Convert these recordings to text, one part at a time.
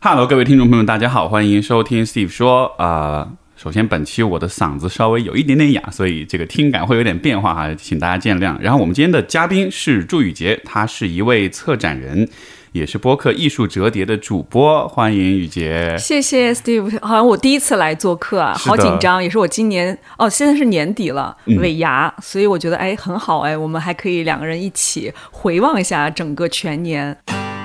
Hello， 各位听众朋友们，大家好，欢迎收听 Steve 说。首先本期我的嗓子稍微有一点点哑，所以这个听感会有点变化哈，请大家见谅。然后我们今天的嘉宾是朱宇杰，他是一位策展人，也是播客艺术折叠的主播，欢迎宇杰。 谢谢 Steve， 好像我第一次来做客啊，好紧张，也是我今年现在是年底了，尾牙，所以我觉得很好我们还可以两个人一起回望一下整个全年。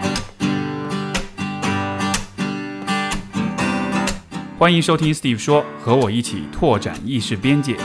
欢迎收听 Steve 说，和我一起拓展意识边界。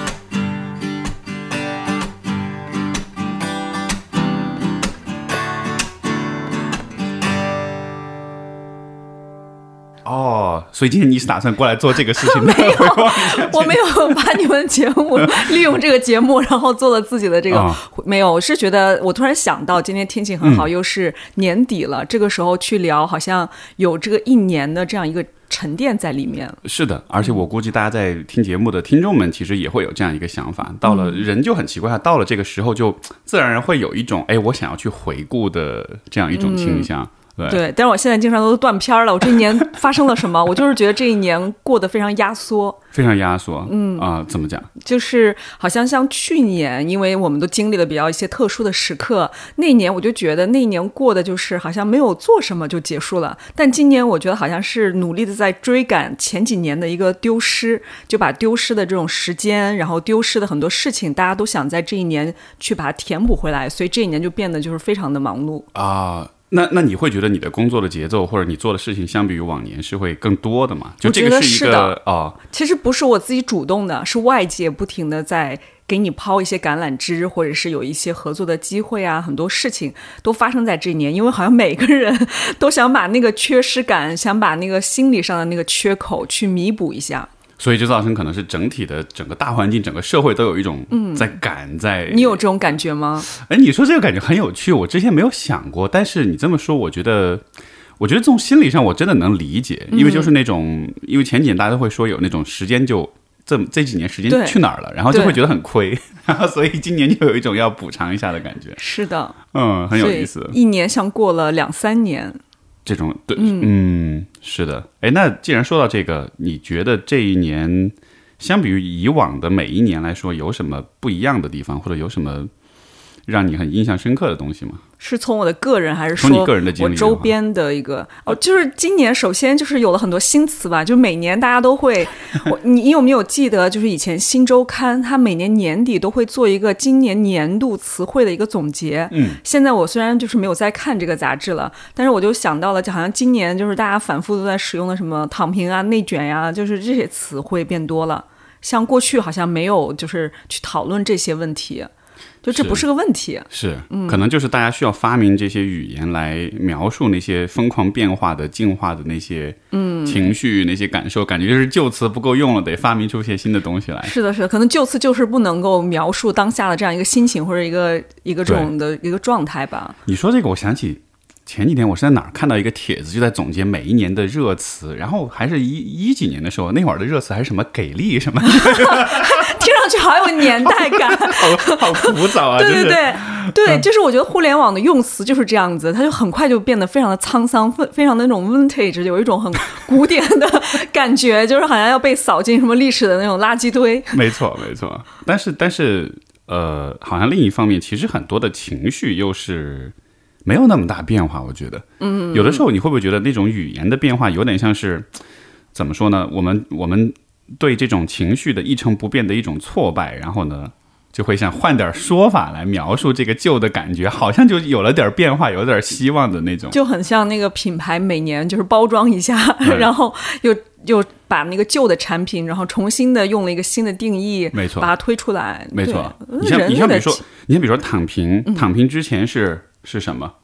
所以今天你是打算过来做这个事情的？ 没有，我没有把你们节目利用这个节目，然后做了自己的这个。没有，我是觉得我突然想到，今天天气很好，又是年底了，这个时候去聊，好像有这个一年的这样一个沉淀在里面。 是的，而且我估计大家在听节目的听众们其实也会有这样一个想法，到了人就很奇怪，到了这个时候就自然而然会有一种我想要去回顾的这样一种倾向。 对，但是我现在经常都断片了。我这一年发生了什么？我就是觉得这一年过得非常压缩， 非常压缩。怎么讲？ 就是好像去年，因为我们都经历了比较一些特殊的时刻，那一年我就觉得那一年过的就是好像没有做什么就结束了。但今年我觉得好像是努力的在追赶前几年的一个丢失，就把丢失的这种时间，然后丢失的很多事情，大家都想在这一年去把它填补回来，所以这一年就变得就是非常的忙碌啊。那你会觉得你的工作的节奏或者你做的事情相比于往年是会更多的吗？就这个是一个其实不是我自己主动的，是外界不停的在给你抛一些橄榄枝，或者是有一些合作的机会啊，很多事情都发生在这一年，因为好像每个人都想把那个缺失感，想把那个心理上的那个缺口去弥补一下。 所以就造成可能是整体的整个大环境整个社会都有一种在赶在你有这种感觉吗？ 你说这个感觉很有趣，我之前没有想过，但是你这么说我觉得这种心理上我真的能理解，因为就是那种因为前几年大家都会说有那种时间就这几年时间去哪儿了，然后就会觉得很亏，然后所以今年就有一种要补偿一下的感觉。 是的， 很有意思， 一年像过了2-3年这种。对，是的。那既然说到这个，你觉得这一年相比于以往的每一年来说有什么不一样的地方，或者有什么让你很印象深刻的东西吗？ 是从我的个人还是说从你个人的经历？ 我周边的一个就是今年首先就是有了很多新词吧，就每年大家都会你有没有记得就是以前新周刊它每年年底都会做一个今年年度词汇的一个总结。现在我虽然就是没有在看这个杂志了，但是我就想到了，就好像今年就是大家反复都在使用的什么躺平啊、内卷呀，就是这些词汇变多了，像过去好像没有就是去讨论这些问题，就这不是个问题。 是可能就是大家需要发明这些语言来描述那些疯狂变化的进化的那些情绪那些感受，感觉就是旧词不够用了，得发明出一些新的东西来。 是的，是的，可能旧词就是不能够描述当下的这样一个心情或者一个这种的一个状态吧。 你说这个我想起前几天我是在哪儿看到一个帖子，就在总结每一年的热词，然后还是一几年的时候，那会儿的热词还是什么给力什么听上去好有年代感好古早啊。 对对对对，就是我觉得互联网的用词就是这样子，它就很快就变得非常的沧桑，非常的那种 vintage， 有一种很古典的感觉就是好像要被扫进什么历史的那种垃圾堆。 没错没错，但是好像另一方面其实很多的情绪又是没有那么大变化，我觉得。有的时候你会不会觉得那种语言的变化有点像是怎么说呢？我们对这种情绪的一成不变的一种挫败，然后呢就会想换点说法来描述这个旧的感觉，好像就有了点变化，有点希望的那种。 就很像那个品牌每年就是包装一下，然后又把那个旧的产品，然后重新的用了一个新的定义， 没错， 把它推出来。 没错，你像比如说躺平之前是什么？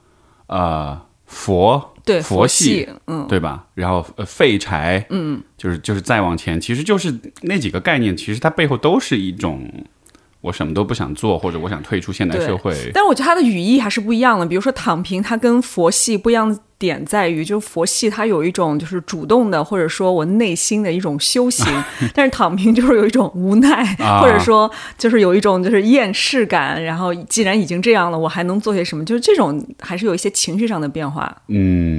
佛系，对吧？然后废柴，就是再往前，其实就是那几个概念，其实它背后都是一种我什么都不想做，或者我想退出现代社会。 但是我觉得它的语义还是不一样的。比如说躺平，它跟佛系不一样点在于，就是佛系它有一种就是主动的，或者说我内心的一种修行但是躺平就是有一种无奈或者说就是有一种就是厌世感，然后既然已经这样了，我还能做些什么，就是这种还是有一些情绪上的变化。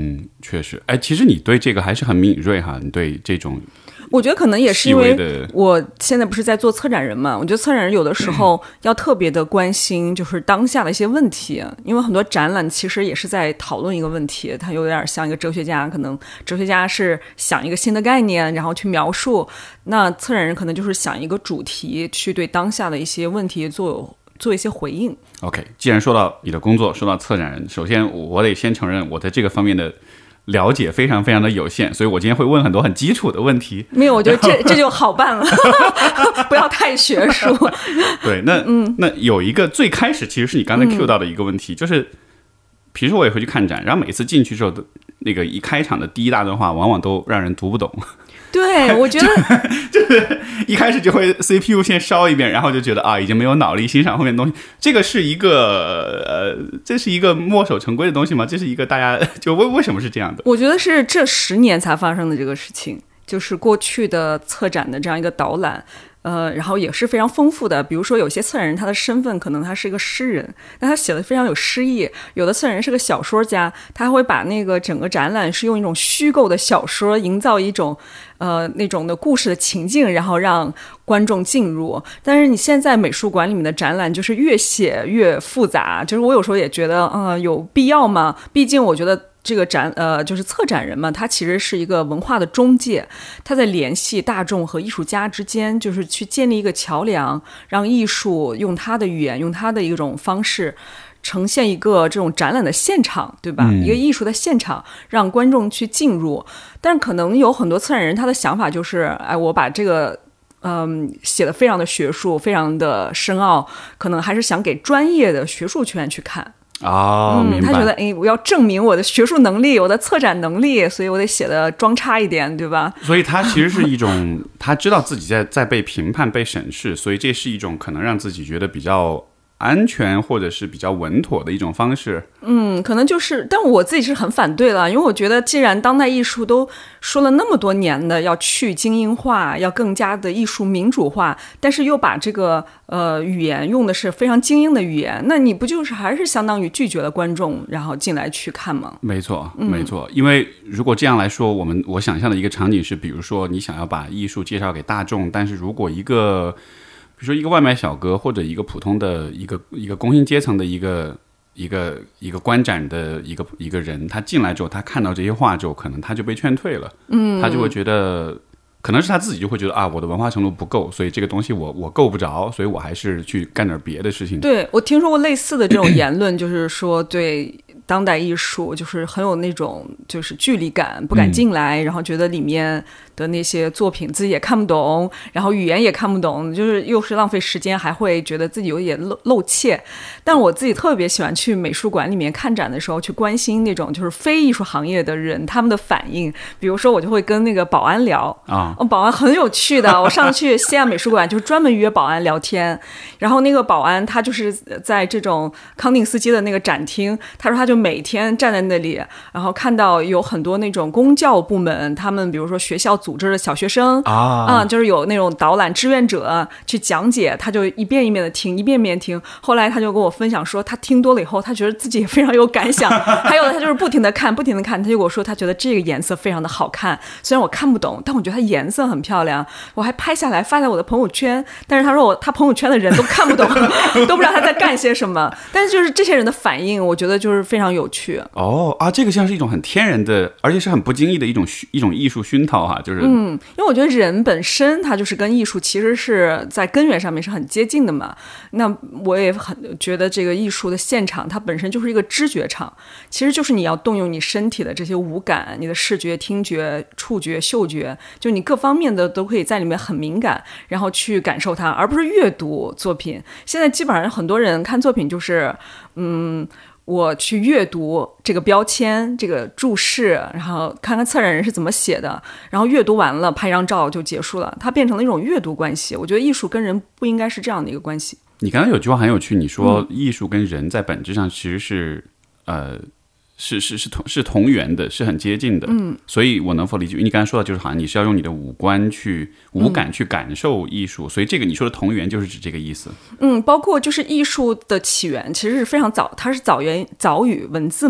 确实，哎，其实你对这个还是很敏锐哈，你对这种。 我觉得可能也是因为我现在不是在做策展人嘛，我觉得策展人有的时候要特别的关心就是当下的一些问题，因为很多展览其实也是在讨论一个问题，它有点像一个哲学家，可能哲学家是想一个新的概念然后去描述，那策展人可能就是想一个主题去对当下的一些问题做一些回应。 OK， 既然说到你的工作，说到策展人，首先我得先承认我在这个方面的了解非常非常的有限，所以我今天会问很多很基础的问题。 没有，我觉得这就好办了不要太学术对，那有一个最开始其实是你刚才 cue 到的一个问题，就是比如说我也会去看展，然后每次进去之后那个一开场的第一大段话往往都让人读不懂。 对，我觉得就是一开始就会 CPU 先烧一遍，然后就觉得啊，已经没有脑力欣赏后面的东西。这个是一个这是一个墨守成规的东西吗？这是一个大家就为什么是这样的？ 我觉得是这10年才发生的这个事情，就是过去的策展的这样一个导览。然后也是非常丰富的，比如说有些策展人他的身份可能他是一个诗人，但他写的非常有诗意，有的策展人是个小说家，他会把那个整个展览是用一种虚构的小说营造一种那种的故事的情境，然后让观众进入。但是你现在美术馆里面的展览就是越写越复杂，就是我有时候也觉得有必要吗？毕竟我觉得这个就是策展人嘛，他其实是一个文化的中介，他在联系大众和艺术家之间，就是去建立一个桥梁，让艺术用他的语言，用他的一种方式呈现一个这种展览的现场，对吧？一个艺术的现场，让观众去进入。但是可能有很多策展人他的想法就是，哎，我把这个写得非常的学术，非常的深奥，可能还是想给专业的学术圈去看。 明白。 他觉得我要证明我的学术能力，我的策展能力，所以我得写的装叉一点，对吧？ 所以他其实是一种他知道自己在被评判被审视，所以这是一种可能让自己觉得比较安全或者是比较稳妥的一种方式。 可能就是，但我自己是很反对了，因为我觉得既然当代艺术都说了那么多年的要去精英化，要更加的艺术民主化，但是又把这个语言用的是非常精英的语言，那你不就是还是相当于拒绝了观众然后进来去看吗？ 没错没错。因为如果这样来说，我想象的一个场景是，比如说你想要把艺术介绍给大众，但是如果比如说一个外卖小哥或者一个普通的一个工薪阶层的一个观展的一个人，他进来之后，他看到这些画之后，可能他就被劝退了。他就会觉得，可能是他自己就会觉得啊，我的文化程度不够，所以这个东西我够不着，所以我还是去干点别的事情。 对，我听说过类似的这种言论，就是说对当代艺术就是很有那种就是距离感，不敢进来，然后觉得里面的那些作品自己也看不懂，然后语言也看不懂，就是又是浪费时间，还会觉得自己有点露怯。但我自己特别喜欢去美术馆里面看展的时候，去关心那种就是非艺术行业的人他们的反应。比如说我就会跟那个保安聊保安很有趣的，我上去西岸美术馆就是专门约保安聊天，然后那个保安他就是在这种康定斯基的那个展厅，他说他就每天站在那里，然后看到有很多那种公教部门，他们比如说学校组织的小学生就是有那种导览志愿者去讲解，他就一遍一遍的听，一遍遍听。后来他就跟我分享说，他听多了以后，他觉得自己也非常有感想。还有的他就是不停的看，不停的看，他就跟我说，他觉得这个颜色非常的好看，虽然我看不懂，但我觉得它颜色很漂亮，我还拍下来发在我的朋友圈。但是他说他朋友圈的人都看不懂，都不知道他在干些什么。但是就是这些人的反应，我觉得就是非常有趣。 这个像是一种很天然的，而且是很不经意的一种艺术熏陶哈，就是因为我觉得人本身他就是跟艺术其实是在根源上面是很接近的嘛。那我也很觉得这个艺术的现场它本身就是一个知觉场，其实就是你要动用你身体的这些五感，你的视觉、听觉、触觉、嗅觉，就你各方面的都可以在里面很敏感，然后去感受它，而不是阅读作品。现在基本上很多人看作品就是我去阅读这个标签，这个注释，然后看看策展人是怎么写的，然后阅读完了拍张照就结束了，它变成了一种阅读关系。我觉得艺术跟人不应该是这样的一个关系。 你刚刚有句话很有趣，你说艺术跟人在本质上其实是是同源的，是很接近的。所以我能否理解你刚才说的就是好像你是要用你的五感去感受艺术，所以这个你说的同源就是指这个意思。包括就是艺术的起源其实是非常早，它是早于文字嘛。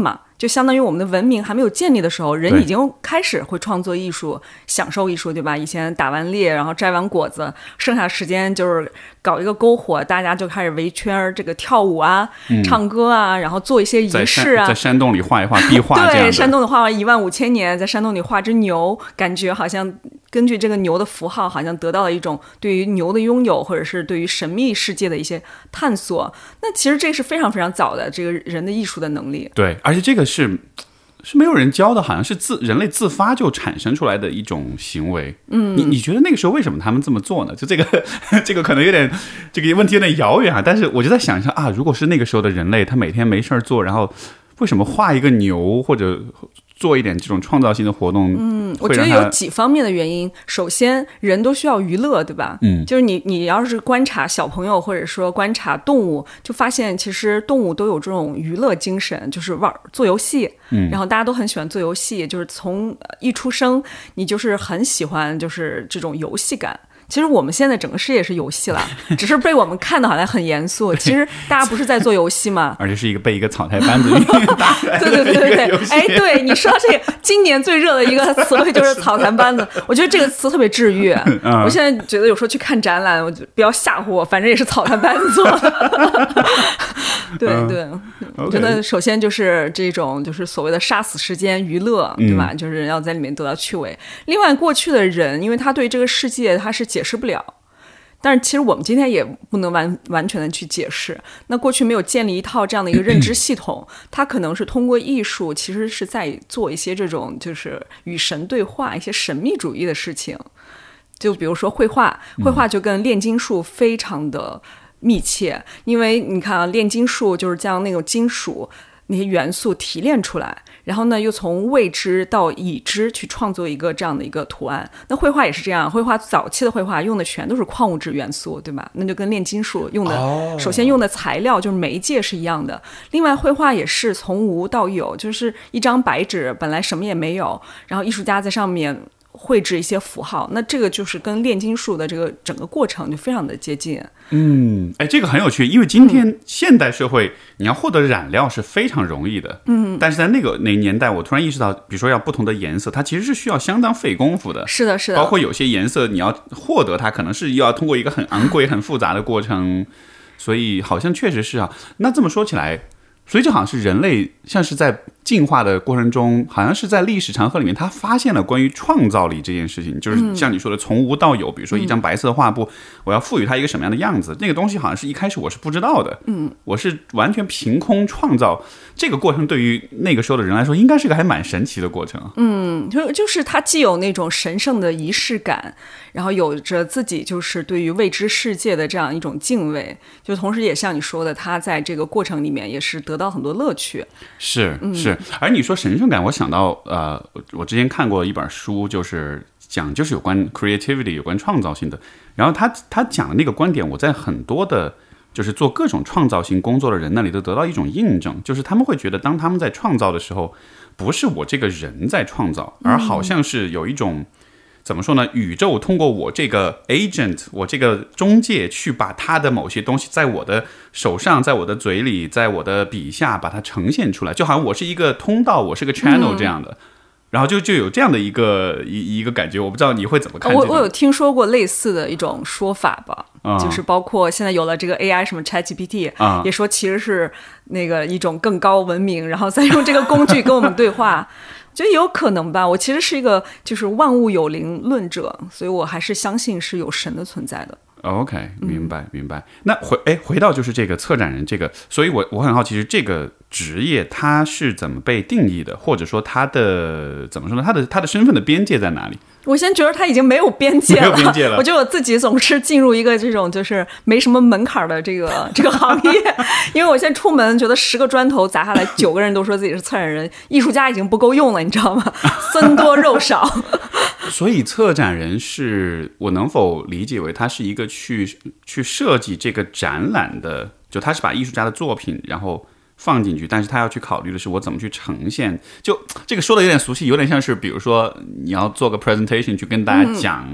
就相当于我们的文明还没有建立的时候，人已经开始会创作艺术，享受艺术，对吧？以前打完猎，然后摘完果子，剩下时间就是搞一个篝火，大家就开始围圈这个跳舞啊、唱歌啊，然后做一些仪式啊， 在山洞里画一画壁画， 对，山洞里画15000年，在山洞里画只牛，感觉好像根据这个牛的符号，好像得到了一种对于牛的拥有，或者是对于神秘世界的一些探索。那其实这是非常非常早的这个人的艺术的能力。 对，而且这个是没有人教的，好像是人类自发就产生出来的一种行为。你觉得那个时候为什么他们这么做呢？就这个可能有点这个问题有点遥远啊，但是我就在想一下啊，如果是那个时候的人类，他每天没事做，然后为什么画一个牛或者做一点这种创造性的活动？ 我觉得有几方面的原因。首先，人都需要娱乐，对吧？就是你要是观察小朋友，或者说观察动物，就发现其实动物都有这种娱乐精神，就是做游戏。然后大家都很喜欢做游戏，就是从一出生，你就是很喜欢就是这种游戏感。其实我们现在整个世界是游戏了，只是被我们看的好像很严肃。其实大家不是在做游戏吗？ 而且是被一个草台班子打出来的对，哎，对你说到这个，今年最热的一个词汇就是草台班子。我觉得这个词特别治愈。我现在觉得有时候去看展览，我就不要吓唬我，反正也是草台班子做的。对，我觉得首先就是这种就是所谓的杀死时间娱乐，对吧？就是要在里面得到趣味。另外，过去的人因为他对这个世界他是解释不了，但是其实我们今天也不能完全的去解释。那过去没有建立一套这样的一个认知系统，它可能是通过艺术，其实是在做一些这种就是与神对话、一些神秘主义的事情。就比如说绘画就跟炼金术非常的密切，因为你看啊，炼金术就是将那种金属那些元素提炼出来，然后呢又从未知到已知去创作一个这样的一个图案。那绘画也是这样，绘画早期的绘画用的全都是矿物质元素，对吧？那就跟炼金术用的首先用的材料就是媒介是一样的。另外绘画也是从无到有，就是一张白纸本来什么也没有，然后艺术家在上面绘制一些符号，那这个就是跟炼金术的这个整个过程就非常的接近。 这个很有趣，因为今天现代社会你要获得染料是非常容易的，但是在那年代我突然意识到，比如说要不同的颜色，它其实是需要相当费功夫的。 是的包括有些颜色你要获得它可能是要通过一个很昂贵很复杂的过程，所以好像确实是啊。那这么说起来，所以这好像是人类像是在进化的过程中，好像是在历史长河里面他发现了关于创造力这件事情，就是像你说的从无到有。比如说一张白色的画布，我要赋予它一个什么样的样子，那个东西好像是一开始我是不知道的，我是完全凭空创造。这个过程对于那个时候的人来说应该是个还蛮神奇的过程。 就是它既有那种神圣的仪式感，然后有着自己就是对于未知世界的这样一种敬畏，就同时也像你说的，他在这个过程里面也是得到很多乐趣。 是。而你说神圣感，我想到我之前看过一本书，就是讲就是有关 creativity 有关创造性的，然后他讲的那个观点，我在很多的就是做各种创造性工作的人那里都得到一种印证，就是他们会觉得当他们在创造的时候，不是我这个人在创造，而好像是有一种怎么说呢？宇宙通过我这个 agent， 我这个中介去把它的某些东西在我的手上，在我的嘴里，在我的笔下把它呈现出来，就好像我是一个通道，我是个 channel 这样的。然后就有这样的一个感觉，我不知道你会怎么看。 我有听说过类似的一种说法吧，就是包括现在有了这个 AI 什么 ChatGPT，也说其实是那个一种更高文明，然后再用这个工具跟我们对话。觉得有可能吧，我其实是一个就是万物有灵论者，所以我还是相信是有神的存在的。 OK， 明白。那回到就是这个策展人这个，所以我很好奇，是这个职业它是怎么被定义的，或者说它的怎么说呢？它的身份的边界在哪里？ 我先觉得它已经没有边界了，我觉得我自己总是进入一个这种就是没什么门槛的这个行业，因为我现在出门觉得10个砖头砸下来，9个人都说自己是策展人，艺术家已经不够用了，你知道吗？僧多肉少。 所以策展人是我能否理解为他是一个去设计这个展览的，就他是把艺术家的作品然后放进去，但是他要去考虑的是我怎么去呈现。就这个说的有点俗气，有点像是比如说你要做个 presentation 去跟大家讲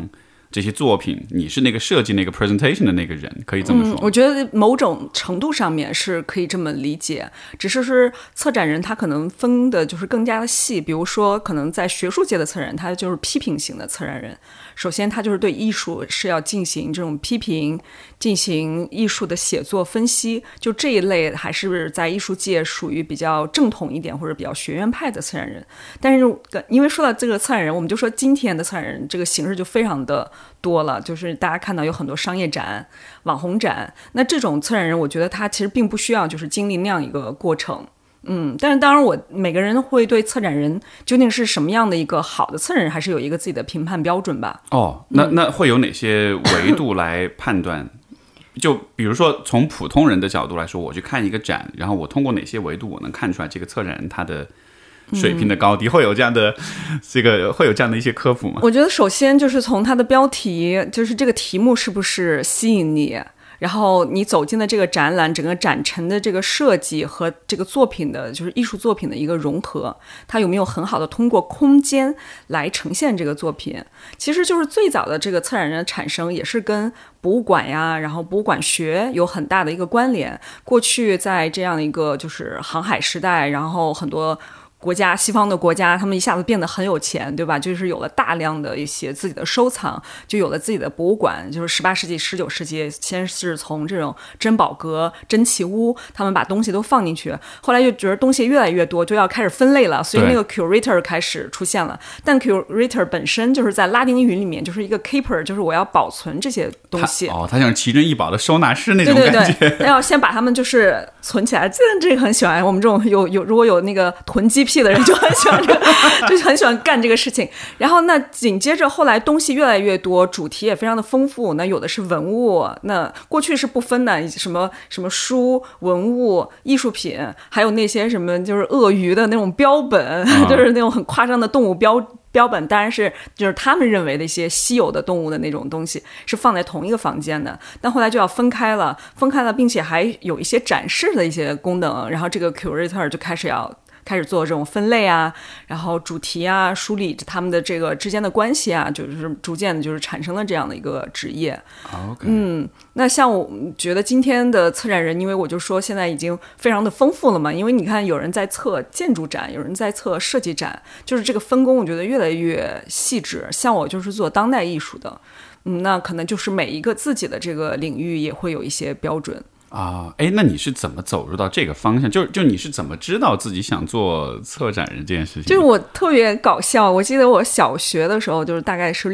这些作品，你是那个设计那个 presentation 的那个人，可以这么说。 我觉得某种程度上面是可以这么理解，只是策展人他可能分的就是更加的细，比如说可能在学术界的策展人，他就是批评型的策展人。首先他就是对艺术是要进行这种批评，进行艺术的写作分析，就这一类还是在艺术界属于比较正统一点或者比较学院派的策展人。但是因为说到这个策展人，我们就说今天的策展人这个形式就非常的多了，就是大家看到有很多商业展、网红展，那这种策展人我觉得他其实并不需要就是经历那样一个过程。但是当然每个人会对策展人究竟是什么样的一个好的策展人还是有一个自己的评判标准吧。 那会有哪些维度来判断？就比如说从普通人的角度来说，我去看一个展，然后我通过哪些维度我能看出来这个策展人他的水平的高低，会有这样的一些科普吗？ 我觉得首先就是从他的标题，就是这个题目是不是吸引你，然后你走进的这个展览，整个展陈的这个设计和这个作品的就是艺术作品的一个融合，它有没有很好的通过空间来呈现这个作品。其实就是最早的这个策展人的产生也是跟博物馆呀，然后博物馆学有很大的一个关联。过去在这样的一个就是航海时代，然后很多国家，西方的国家，他们一下子变得很有钱，对吧？就是有了大量的一些自己的收藏，就有了自己的博物馆。就是18世纪、19世纪，先是从这种珍宝阁、珍奇屋，他们把东西都放进去，后来就觉得东西越来越多，就要开始分类了，所以那个 curator 开始出现了。但 curator 本身就是在拉丁语里面就是一个 keeper， 就是我要保存这些东西。 他像是奇珍异宝的收纳师那种感觉。 对，要先把它们就是存起来。这个很喜欢我们这种如果有那个囤积癖的人就很喜欢这个，就很喜欢干这个事情。然后那紧接着后来东西越来越多，主题也非常的丰富。那有的是文物，那过去是不分的，什么书、文物、艺术品，还有那些什么就是鳄鱼的那种标本，就是那种很夸张的动物标本，当然是就是他们认为的一些稀有的动物的那种东西是放在同一个房间的，但后来就要分开了，并且还有一些展示的一些功能，然后这个 curator 就开始做这种分类啊，然后主题啊，梳理他们的这个之间的关系啊，就是逐渐的就是产生了这样的一个职业。那像我觉得今天的策展人，因为我就说现在已经非常的丰富了嘛，因为你看有人在策建筑展，有人在策设计展，就是这个分工我觉得越来越细致。像我就是做当代艺术的，那可能就是每一个自己的这个领域也会有一些标准。 那你是怎么走入到这个方向？就你是怎么知道自己想做策展人这件事情？ 就是我特别搞笑，我记得我小学的时候，就是大概是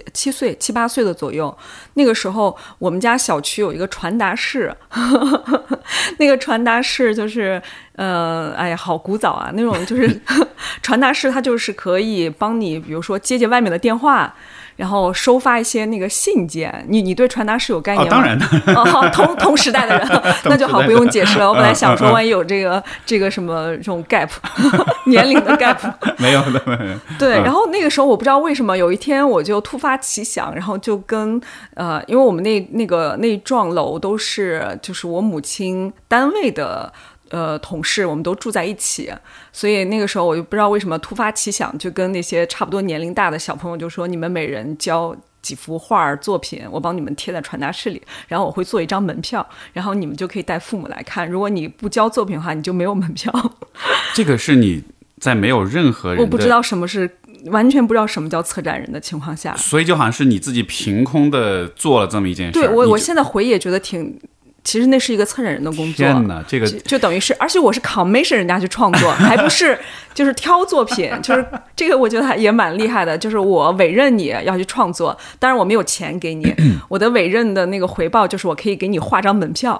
7、8岁的左右，那个时候我们家小区有一个传达室，那个传达室就是好古早啊，那种就是传达室，它就是可以帮你，比如说接外面的电话。然后收发一些那个信件，你对传达室有概念吗？ 当然同时代的人那就好，不用解释了。我本来想说，万一有这个什么这种 gap 年龄的 gap， 没有。 对，然后那个时候我不知道为什么，有一天我就突发奇想，然后就跟因为我们那幢楼都是就是我母亲单位的。同事我们都住在一起，所以那个时候我就不知道为什么突发奇想，就跟那些差不多年龄大的小朋友就说，你们每人交几幅画作品，我帮你们贴在传达室里，然后我会做一张门票，然后你们就可以带父母来看，如果你不交作品的话，你就没有门票。这个是你在没有任何人我不知道什么是完全不知道什么叫策展人的情况下， 所以就好像是你自己凭空的做了这么一件事。 对，我现在回忆也觉得其实那是一个策展人的工作。 天哪，这个就等于是，而且我是 commission 人家去创作，还不是就是挑作品，就是这个我觉得也蛮厉害的。就是我委任你要去创作，当然我没有钱给你，我的委任的那个回报就是我可以给你画张门票。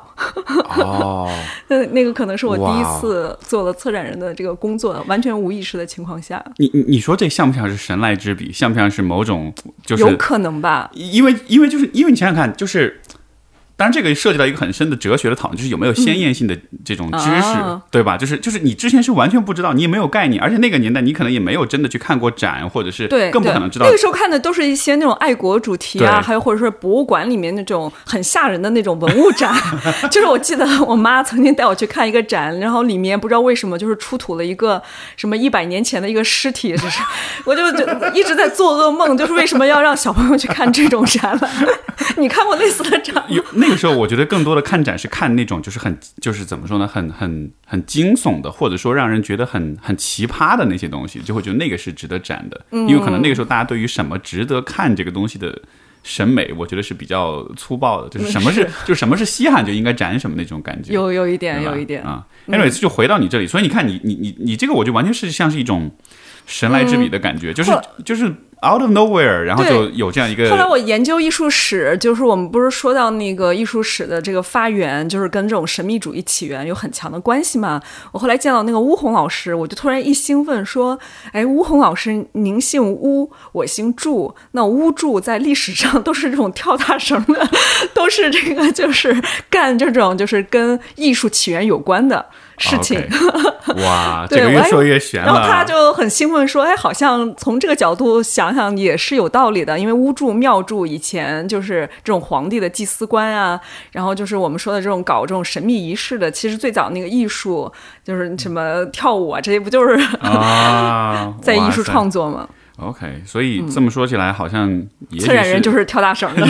那个可能是我第一次做了策展人的这个工作，完全无意识的情况下。 你说这像不像是神来之笔？像不像是某种就是有可能吧？ 因为你想想看，就是。 当然这个涉及到一个很深的哲学的讨论，就是有没有先验性的这种知识，对吧？就是你之前是完全不知道，你也没有概念，而且那个年代你可能也没有真的去看过展，或者是更不可能知道。 那个时候看的都是一些那种爱国主题啊，还有或者说博物馆里面那种很吓人的那种文物展。就是我记得我妈曾经带我去看一个展，然后里面不知道为什么就是出土了一个什么100年前的一个尸体，就是我就一直在做噩梦，就是为什么要让小朋友去看这种展览？你看过类似的展吗？ 那个时候我觉得更多的看展是看那种就是怎么说呢，很惊悚的，或者说让人觉得很奇葩的那些东西，就会觉得那个是值得展的。因为可能那个时候大家对于什么值得看这个东西的审美，我觉得是比较粗暴的，就是什么是稀罕就应该展什么那种感觉。 有一点啊。Anyway，就回到你这里，所以你看你这个我就完全是像是一种神来之笔的感觉，就是 out of nowhere， 然后就有这样一个。 后来我研究艺术史，就是我们不是说到那个艺术史的这个发源，就是跟这种神秘主义起源有很强的关系嘛。我后来见到那个巫红老师，我就突然一兴奋说：“哎，巫红老师，您姓巫，我姓祝，那巫祝在历史上都是这种跳大绳的，都是这个就是干这种就是跟艺术起源有关的事情。 Okay. 哇，这个越说越玄了。 然后他就很兴奋说：“哎，好像从这个角度想想也是有道理的，因为巫祝、庙祝以前就是这种皇帝的祭司官啊，然后就是我们说的这种搞这种神秘仪式的，其实最早那个艺术就是什么跳舞啊，这些不就是在艺术创作吗？” OK， 所以这么说起来，好像策展人就是跳大绳的。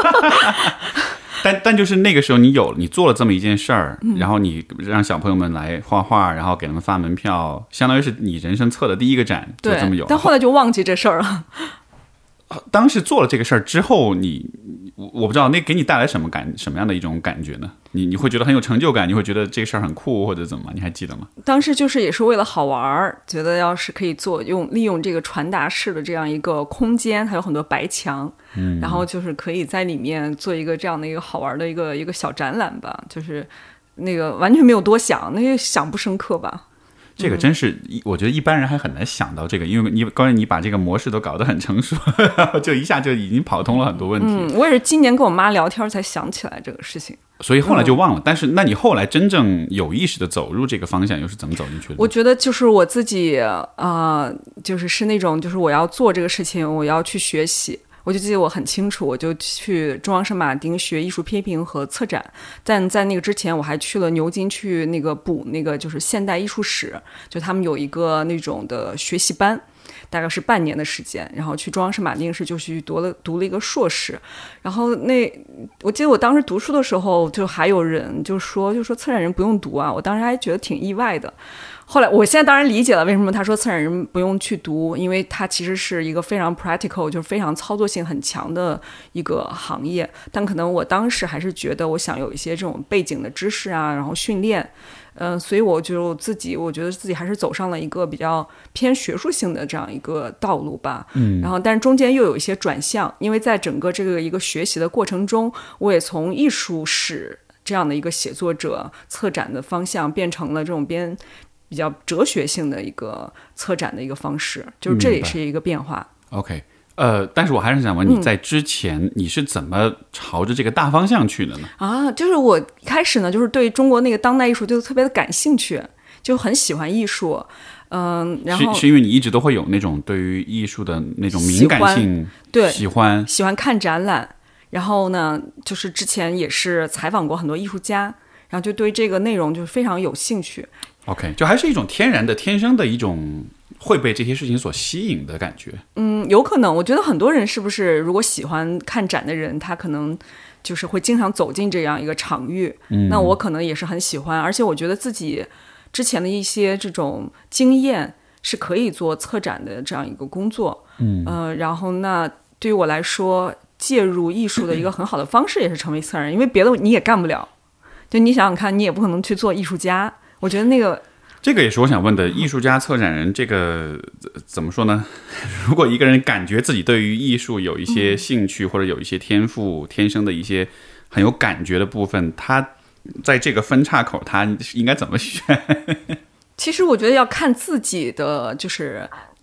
但就是那个时候你做了这么一件事儿，然后你让小朋友们来画画，然后给他们发门票，相当于是你人生策的第一个展，就这么有。 但后来就忘记这事儿了。 当时做了这个事儿之后，我不知道那给你带来什么样的一种感觉呢？你会觉得很有成就感，你会觉得这个事儿很酷或者怎么？你还记得吗？ 当时就是也是为了好玩，觉得要是可以利用这个传达室的这样一个空间，还有很多白墙，然后就是可以在里面做一个这样的一个好玩的一个小展览吧，就是那个完全没有多想，那个想不深刻吧。 这个真是，我觉得一般人还很难想到这个，因为关键你把这个模式都搞得很成熟，就一下就已经跑通了很多问题。 我也是今年跟我妈聊天才想起来这个事情， 所以后来就忘了。但是，那你后来真正有意识的走入这个方向，又是怎么走进去的？ 我觉得就是我自己就是那种，就是我要做这个事情，我要去学习。我就记得我很清楚，我就去中央圣马丁学艺术批评和策展，但在那个之前我还去了牛津去那个补那个就是现代艺术史，就他们有一个那种的学习班，大概是半年的时间，然后去中央圣马丁市就去读了一个硕士。然后我记得我当时读书的时候，就还有人就说策展人不用读啊，我当时还觉得挺意外的。后来我现在当然理解了为什么他说策展人不用去读，因为它其实是一个非常 practical， 就是非常操作性很强的一个行业。但可能我当时还是觉得我想有一些这种背景的知识啊，然后训练，所以我觉得自己还是走上了一个比较偏学术性的这样一个道路吧。然后但是中间又有一些转向，因为在整个这个一个学习的过程中，我也从艺术史这样的一个写作者策展的方向变成了这种比较哲学性的一个策展的一个方式，就是这也是一个变化。 OK， 但是我还是想问你在之前你是怎么朝着这个大方向去的呢？ 就是我一开始呢，就是对中国那个当代艺术就特别的感兴趣，就很喜欢艺术。然后是因为你一直都会有那种对于艺术的那种敏感性， 对， 喜欢看展览。然后呢，就是之前也是采访过很多艺术家，然后就对这个内容就非常有兴趣。 OK， 就还是一种天然的、天生的一种会被这些事情所吸引的感觉。 有可能。我觉得很多人是不是如果喜欢看展的人，他可能就是会经常走进这样一个场域。那我可能也是很喜欢，而且我觉得自己之前的一些这种经验是可以做策展的这样一个工作。然后那对于我来说，介入艺术的一个很好的方式也是成为策展人，因为别的你也干不了。就你想想看，你也不可能去做艺术家。我觉得这个也是我想问的，艺术家、策展人这个怎么说呢？如果一个人感觉自己对于艺术有一些兴趣，或者有一些天赋，天生的一些很有感觉的部分，他在这个分岔口，他应该怎么选？ 其实我觉得要看自己的就是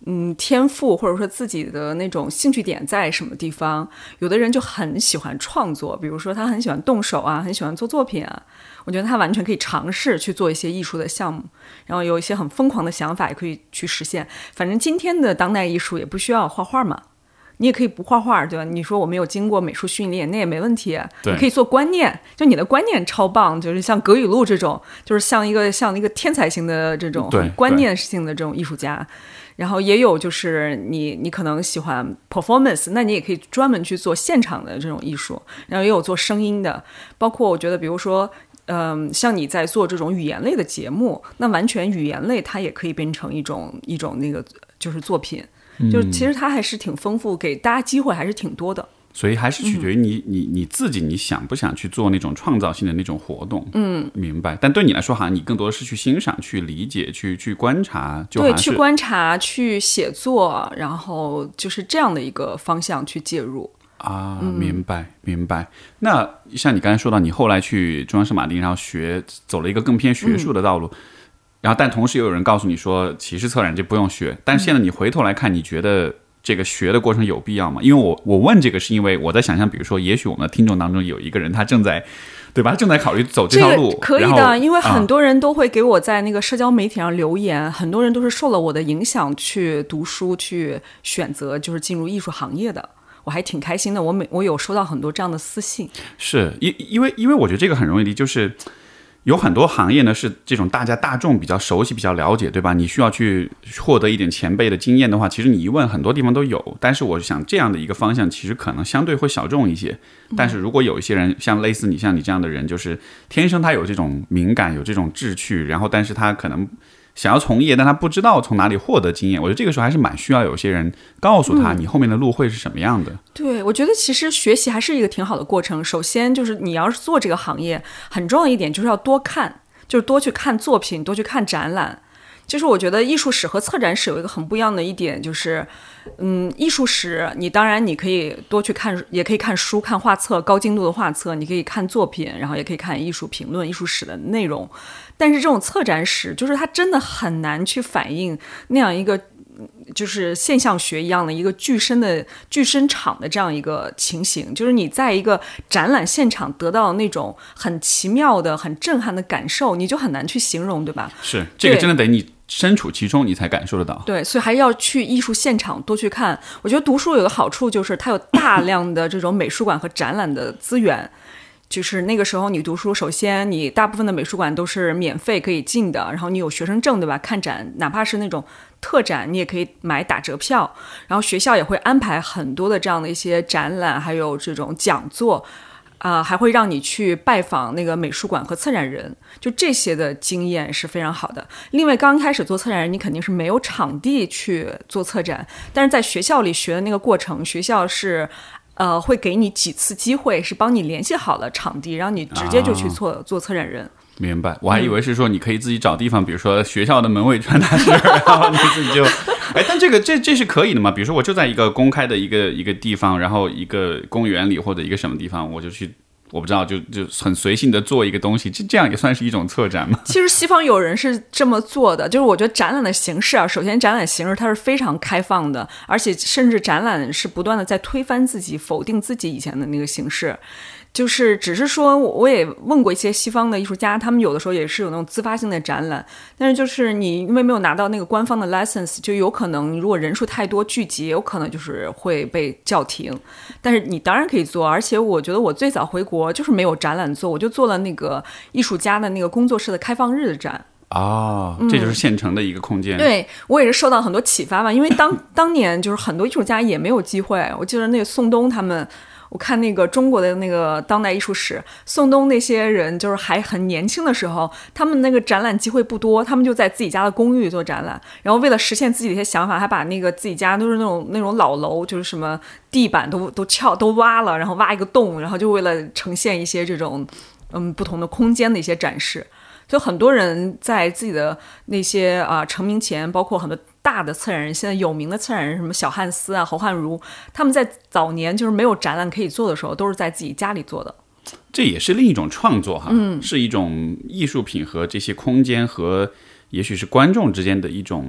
天赋或者说自己的那种兴趣点在什么地方。有的人就很喜欢创作，比如说他很喜欢动手啊，很喜欢做作品啊，我觉得他完全可以尝试去做一些艺术的项目，然后有一些很疯狂的想法也可以去实现。反正今天的当代艺术也不需要画画嘛，你也可以不画画，对吧？你说我没有经过美术训练，那也没问题。你可以做观念，就你的观念超棒，就是像葛雨露这种，就是像一个天才型的这种观念性的这种艺术家。然后也有就是你可能喜欢 performance， 那你也可以专门去做现场的这种艺术。然后也有做声音的，包括我觉得比如说像你在做这种语言类的节目，那完全语言类它也可以变成一种那个就是作品。就是其实它还是挺丰富，给大家机会还是挺多的。 所以还是取决于你自己，你想不想去做那种创造性的那种活动。明白。但对你来说，好像你更多的是去欣赏、去理解、去观察，就好像是对，去观察、去写作，然后就是这样的一个方向去介入。 明白。那像你刚才说到，你后来去中央圣马丁，然后走了一个更偏学术的道路。然后但同时又有人告诉你说其实策展这不用学，但是现在你回头来看，你觉得这个学的过程有必要吗？因为我问这个是因为我在想象，比如说也许我们的听众当中有一个人他正在对吧，正在考虑走这条路。 可以的，因为很多人都会给我在那个社交媒体上留言，很多人都是受了我的影响去读书，去选择就是进入艺术行业的。我还挺开心的，我有收到很多这样的私信。 是因为我觉得这个很容易理解，就是有很多行业呢是这种大众比较熟悉、比较了解，对吧？你需要去获得一点前辈的经验的话，其实你一问很多地方都有。但是我想这样的一个方向，其实可能相对会小众一些。但是如果有一些人像类似你像你这样的人，就是天生他有这种敏感，有这种志趣，然后但是他可能想要从业，但他不知道从哪里获得经验。我觉得这个时候还是蛮需要有些人告诉他你后面的路会是什么样的。 对，我觉得其实学习还是一个挺好的过程。首先就是你要是做这个行业，很重要一点就是要多看，就是多去看作品，多去看展览。就是我觉得艺术史和策展史有一个很不一样的一点，就是艺术史你当然你可以多去看，也可以看书、看画册，高精度的画册，你可以看作品，然后也可以看艺术评论、艺术史的内容。但是这种策展史就是它真的很难去反映那样一个就是现象学一样的一个具身场的这样一个情形，就是你在一个展览现场得到那种很奇妙的很震撼的感受，你就很难去形容，对吧？ 是，这个真的得你身处其中你才感受得到。 对，所以还要去艺术现场多去看。我觉得读书有个好处就是它有大量的这种美术馆和展览的资源。就是那个时候你读书，首先你大部分的美术馆都是免费可以进的，然后你有学生证，对吧？看展哪怕是那种特展你也可以买打折票，然后学校也会安排很多的这样的一些展览还有这种讲座还会让你去拜访那个美术馆和策展人，就这些的经验是非常好的。另外刚开始做策展人你肯定是没有场地去做策展，但是在学校里学的那个过程，学校是会给你几次机会，是帮你联系好了场地，让你直接就去做策展人。 明白，我还以为是说你可以自己找地方，比如说学校的门卫传达室，然后你自己就，但这是可以的嘛？比如说我就在一个公开的一个地方，然后一个公园里或者一个什么地方，我就去。我不知道，就很随性的做一个东西，这样也算是一种策展吗？ 其实西方有人是这么做的，就是我觉得展览的形式首先展览形式它是非常开放的，而且甚至展览是不断的在推翻自己、否定自己以前的那个形式。就是只是说我也问过一些西方的艺术家，他们有的时候也是有那种自发性的展览，但是就是你因为没有拿到那个官方的 license， 就有可能如果人数太多聚集，有可能就是会被叫停。但是你当然可以做，而且我觉得我最早回国就是没有展览做，我就做了那个艺术家的那个工作室的开放日的展。 这就是现成的一个空间。 对，我也是受到很多启发吧，因为当年就是很多艺术家也没有机会。我记得那个宋冬他们，我看那个中国的那个当代艺术史，宋冬那些人就是还很年轻的时候，他们那个展览机会不多，他们就在自己家的公寓做展览，然后为了实现自己的一些想法，还把那个自己家都是那种老楼，就是什么地板都挖了，然后挖一个洞，然后就为了呈现一些这种不同的空间的一些展示。就很多人在自己的那些成名前，包括很多大的策展人，现在有名的策展人，什么小汉斯侯汉儒，他们在早年就是没有展览可以做的时候，都是在自己家里做的。 这也是另一种创作哈，是一种艺术品和这些空间和也许是观众之间的一种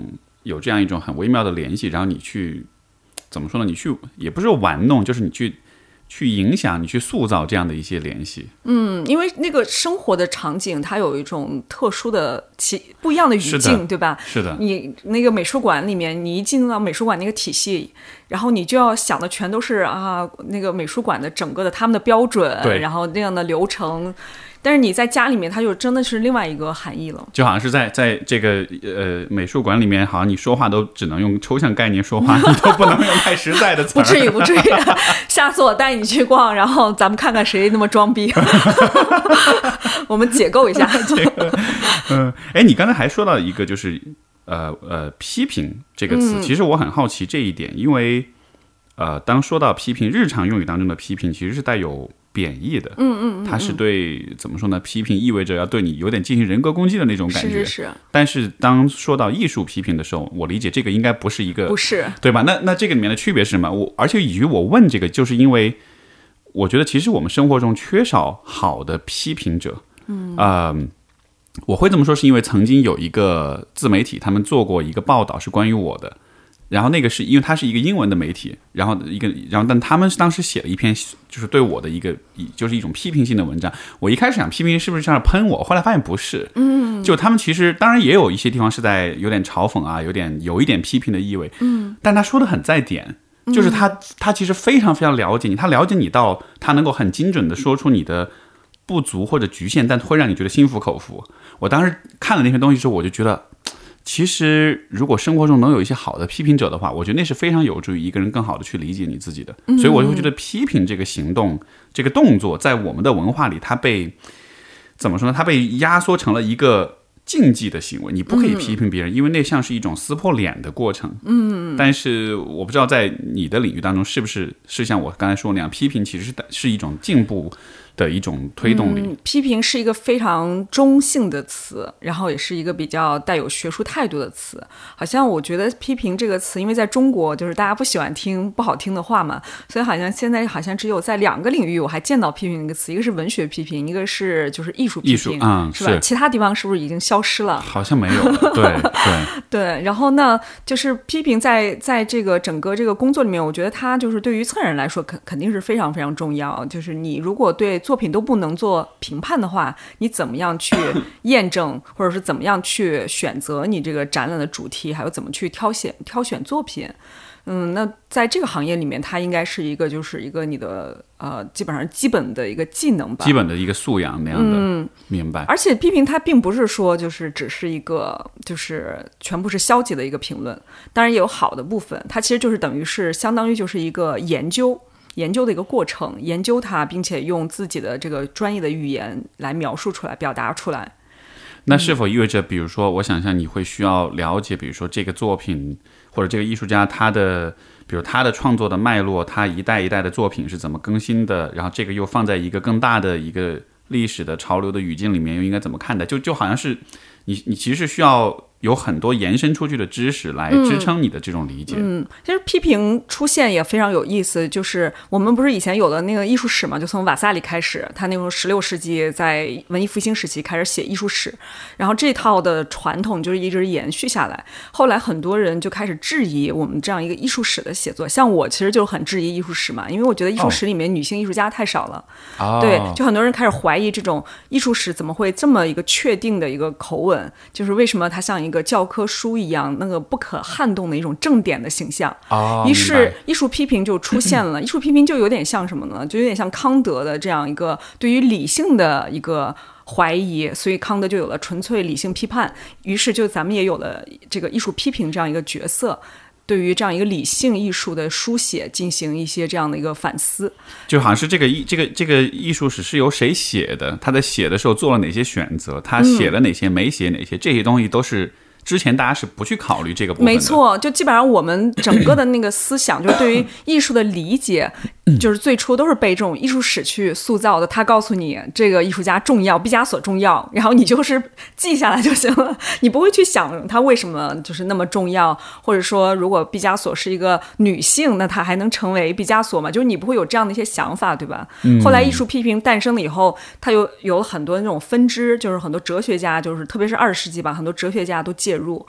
有这样一种很微妙的联系，然后你去怎么说呢？你去也不是玩弄，就是你去影响，你去塑造这样的一些联系。 因为那个生活的场景，它有一种特殊的不一样的语境，对吧？ 是的。 你那个美术馆里面，你一进到美术馆那个体系，然后你就要想的全都是那个美术馆的整个的他们的标准，然后那样的流程。但是你在家里面，它就真的是另外一个含义了。 就好像是在这个美术馆里面，好像你说话都只能用抽象概念说话，你都不能用太实在的词儿。 不至于，下次我带你去逛，然后咱们看看谁那么装逼，我们解构一下。 你刚才还说到一个就是批评这个词，其实我很好奇这一点，因为当说到批评，日常用语当中的批评其实是带有贬义的，它是对怎么说呢？批评意味着要对你有点进行人格攻击的那种感觉。 是。 但是当说到艺术批评的时候，我理解这个应该不是一个， 不是， 对吧？那这个里面的区别是什么？而且以及我问这个，就是因为我觉得其实我们生活中缺少好的批评者。我会这么说，是因为曾经有一个自媒体，他们做过一个报道，是关于我的。然后那个是因为它是一个英文的媒体，然后但他们当时写了一篇就是对我的就是一种批评性的文章。我一开始想批评是不是这样喷我，后来发现不是，就他们其实当然也有一些地方是在有点嘲讽啊，有一点批评的意味，但他说的很在点，就是他其实非常非常了解你，他了解你到他能够很精准的说出你的不足或者局限，但会让你觉得心服口服。我当时看了那篇东西之后，我就觉得。其实，如果生活中能有一些好的批评者的话，我觉得那是非常有助于一个人更好的去理解你自己的。所以我就会觉得批评这个行动、这个动作，在我们的文化里，它被怎么说呢？它被压缩成了一个禁忌的行为。你不可以批评别人，因为那像是一种撕破脸的过程。但是我不知道在你的领域当中，是不是像我刚才说那样，批评其实是一种进步的一种推动力。 批评是一个非常中性的词，然后也是一个比较带有学术态度的词。好像我觉得批评这个词，因为在中国就是大家不喜欢听不好听的话嘛，所以好像现在只有在2个领域我还见到批评这个词，一个是文学批评，一个是就是艺术批评，是吧？其他地方是不是已经消失了？ 好像没有了。 对。然后呢，就是批评在这个整个这个工作里面，我觉得它就是对于策展人来说肯定是非常非常重要。就是你如果对作品都不能做评判的话，你怎么样去验证，或者是怎么样去选择你这个展览的主题，还有怎么去挑选作品？那在这个行业里面，它应该是一个就是一个你的基本上基本的一个技能吧， 基本的一个素养那样的。明白。 而且批评它并不是说就是只是一个就是全部是消极的一个评论，当然也有好的部分，它其实就是等于是相当于就是一个研究的一个过程，研究它，并且用自己的这个专业的语言来描述出来、表达出来。 那是否意味着，比如说，我想象你会需要了解，比如说这个作品或者这个艺术家比如他的创作的脉络，他一代一代的作品是怎么更新的，然后这个又放在一个更大的一个历史的潮流的语境里面，又应该怎么看待？就好像是你其实是需要有很多延伸出去的知识来支撑你的这种理解。 其实批评出现也非常有意思，就是我们不是以前有的那个艺术史嘛，就从瓦萨里开始，他那种16世纪在文艺复兴时期开始写艺术史，然后这套的传统就是一直延续下来。后来很多人就开始质疑我们这样一个艺术史的写作，像我其实就很质疑艺术史嘛，因为我觉得艺术史里面女性艺术家太少了。对，就很多人开始怀疑这种艺术史怎么会这么一个确定的一个口吻，就是为什么它像一个教科书一样那个不可撼动的一种正典的形象。于是艺术批评就出现了。艺术批评就有点像什么呢？就有点像康德的这样一个对于理性的一个怀疑，所以康德就有了纯粹理性批判，于是就咱们也有了这个艺术批评这样一个角色，对于这样一个理性艺术的书写进行一些这样的一个反思。 就好像是这个艺术史是由谁写的，他在写的时候做了哪些选择，他写了哪些，没写哪些，这些东西都是之前大家是不去考虑这个部分的。 没错，就基本上我们整个的那个思想，就是对于艺术的理解，就是最初都是被这种艺术史去塑造的。他告诉你这个艺术家重要，毕加索重要，然后你就是记下来就行了，你不会去想他为什么就是那么重要，或者说如果毕加索是一个女性，那她还能成为毕加索吗？就是你不会有这样的一些想法，对吧？后来艺术批评诞生了以后，它又有很多那种分支，就是很多哲学家，就是特别是20世纪吧，很多哲学家都介入。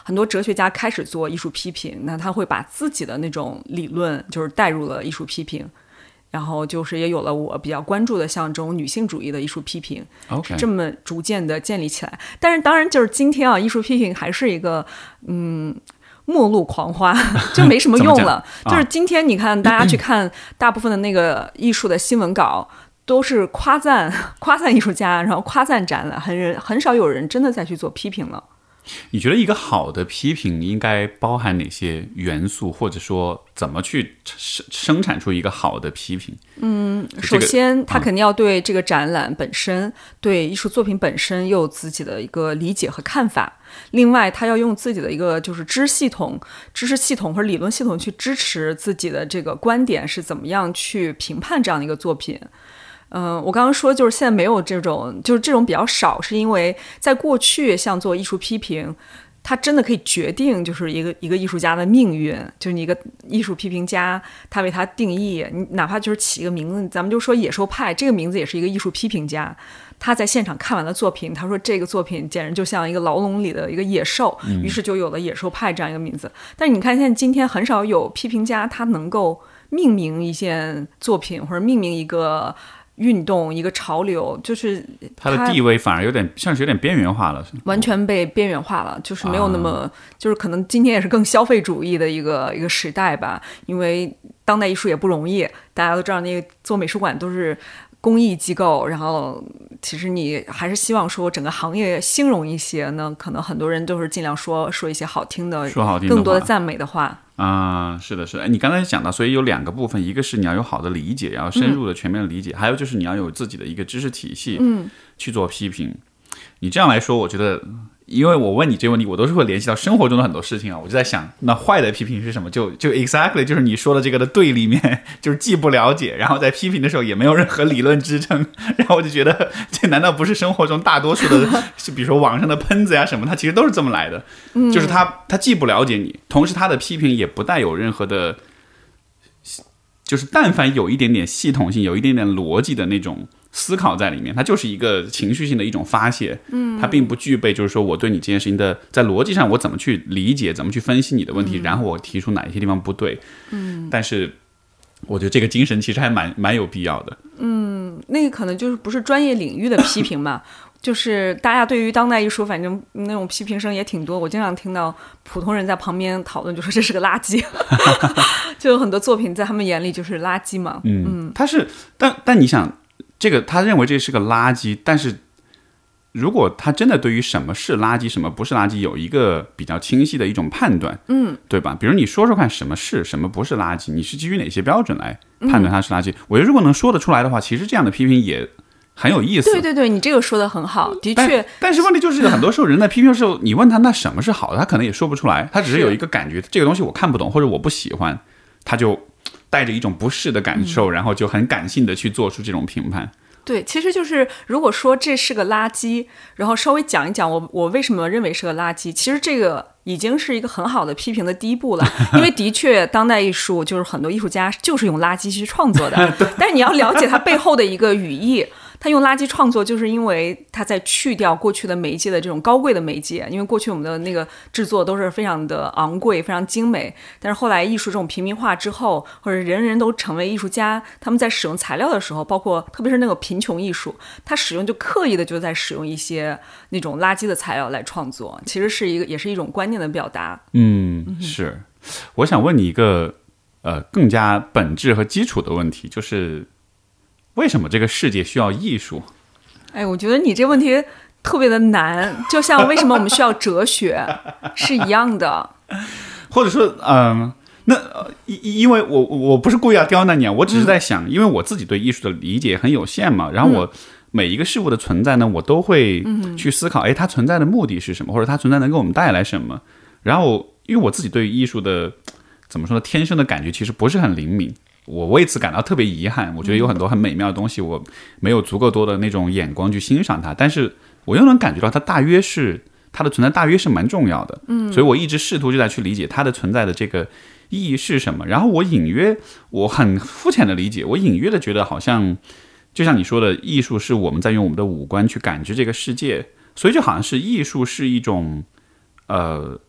很多哲学家开始做艺术批评，那他会把自己的那种理论就是带入了艺术批评。然后就是也有了我比较关注的像这种女性主义的艺术批评，是这么逐渐的建立起来。但是当然就是今天啊，艺术批评还是一个末路狂花，就没什么用了。就是今天你看大家去看大部分的那个艺术的新闻稿，都是夸赞艺术家，然后夸赞展览，很少有人真的再去做批评了。 你觉得一个好的批评应该包含哪些元素，或者说怎么去生产出一个好的批评？ 首先他肯定要对这个展览本身，对艺术作品本身又有自己的一个理解和看法。另外他要用自己的一个就是知识系统或者理论系统去支持自己的这个观点是怎么样去评判这样的一个作品。我刚刚说就是现在没有这种，就是这种比较少，是因为在过去像做艺术批评，它真的可以决定就是一个艺术家的命运，就是你一个艺术批评家，他为他定义，你哪怕就是起一个名字，咱们就说野兽派这个名字也是一个艺术批评家，他在现场看完了作品，他说这个作品简直就像一个牢笼里的一个野兽，于是就有了野兽派这样一个名字。但是你看现在今天很少有批评家他能够命名一件作品或者命名一个运动一个潮流，就是它的地位反而有点像是有点边缘化了， 完全被边缘化了，就是没有那么就是可能今天也是更消费主义的一个时代吧。因为当代艺术也不容易，大家都知道那个做美术馆都是公益机构，然后其实你还是希望说整个行业兴隆一些呢，可能很多人都是尽量说一些好听的更多的赞美的话。 是的，是的。你刚才讲到，所以有两个部分，一个是你要有好的理解，然后深入的全面的理解，还有就是你要有自己的一个知识体系，去做批评。你这样来说，我觉得，因为我问你这个问题，我都是会联系到生活中的很多事情啊。我就在想，那坏的批评是什么？就 exactly 就是你说的这个的对立面，就是既不了解，然后在批评的时候也没有任何理论支撑。然后我就觉得，这难道不是生活中大多数的，比如说网上的喷子呀什么，它其实都是这么来的。就是他既不了解你，同时他的批评也不带有任何的，就是但凡有一点点系统性、有一点点逻辑的那种思考在里面，它就是一个情绪性的一种发泄。它并不具备就是说我对你这件事情的在逻辑上我怎么去理解、怎么去分析你的问题，然后我提出哪一些地方不对。但是我觉得这个精神其实还蛮有必要的。 那个可能就是不是专业领域的批评嘛。就是大家对于当代艺术反正那种批评声也挺多，我经常听到普通人在旁边讨论，就说这是个垃圾。就有很多作品在他们眼里就是垃圾嘛。 他是但你想这个他认为这是个垃圾，但是如果他真的对于什么是垃圾什么不是垃圾有一个比较清晰的一种判断，对吧？比如你说说看什么是什么不是垃圾，你是基于哪些标准来判断它是垃圾？我觉得如果能说得出来的话，其实这样的批评也很有意思。 对对对，你这个说的很好，的确。 但是问题就是很多时候人在批评的时候，你问他那什么是好的，他可能也说不出来，他只是有一个感觉，这个东西我看不懂或者我不喜欢，他就带着一种不适的感受，然后就很感性的去做出这种评判。 对，其实就是如果说这是个垃圾，然后稍微讲一讲我为什么认为是个垃圾，其实这个已经是一个很好的批评的第一步了。因为的确当代艺术就是很多艺术家就是用垃圾去创作的，但是你要了解它背后的一个语义。他用垃圾创作，就是因为他在去掉过去的媒介的这种高贵的媒介，因为过去我们的那个制作都是非常的昂贵、非常精美，但是后来艺术这种平民化之后，或者人人都成为艺术家，他们在使用材料的时候，包括特别是那个贫穷艺术，他使用就刻意的就在使用一些那种垃圾的材料来创作，其实是也是一种观念的表达。 是。我想问你一个更加本质和基础的问题，就是为什么这个世界需要艺术？ 我觉得你这问题特别的难，就像为什么我们需要哲学是一样的。 或者说，因为我不是故意要刁难你啊，我只是在想，因为我自己对艺术的理解很有限嘛，然后我每一个事物的存在呢，我都会去思考，它存在的目的是什么，或者它存在能给我们带来什么。然后，因为我自己对于艺术的怎么说呢，天生的感觉其实不是很灵敏。我为此感到特别遗憾，我觉得有很多很美妙的东西，我没有足够多的那种眼光去欣赏它，但是我又能感觉到它的存在大约是蛮重要的，所以我一直试图就在去理解它的存在的这个意义是什么。然后我很肤浅的理解，我隐约的觉得好像就像你说的，艺术是我们在用我们的五官去感知这个世界，所以就好像是艺术是一种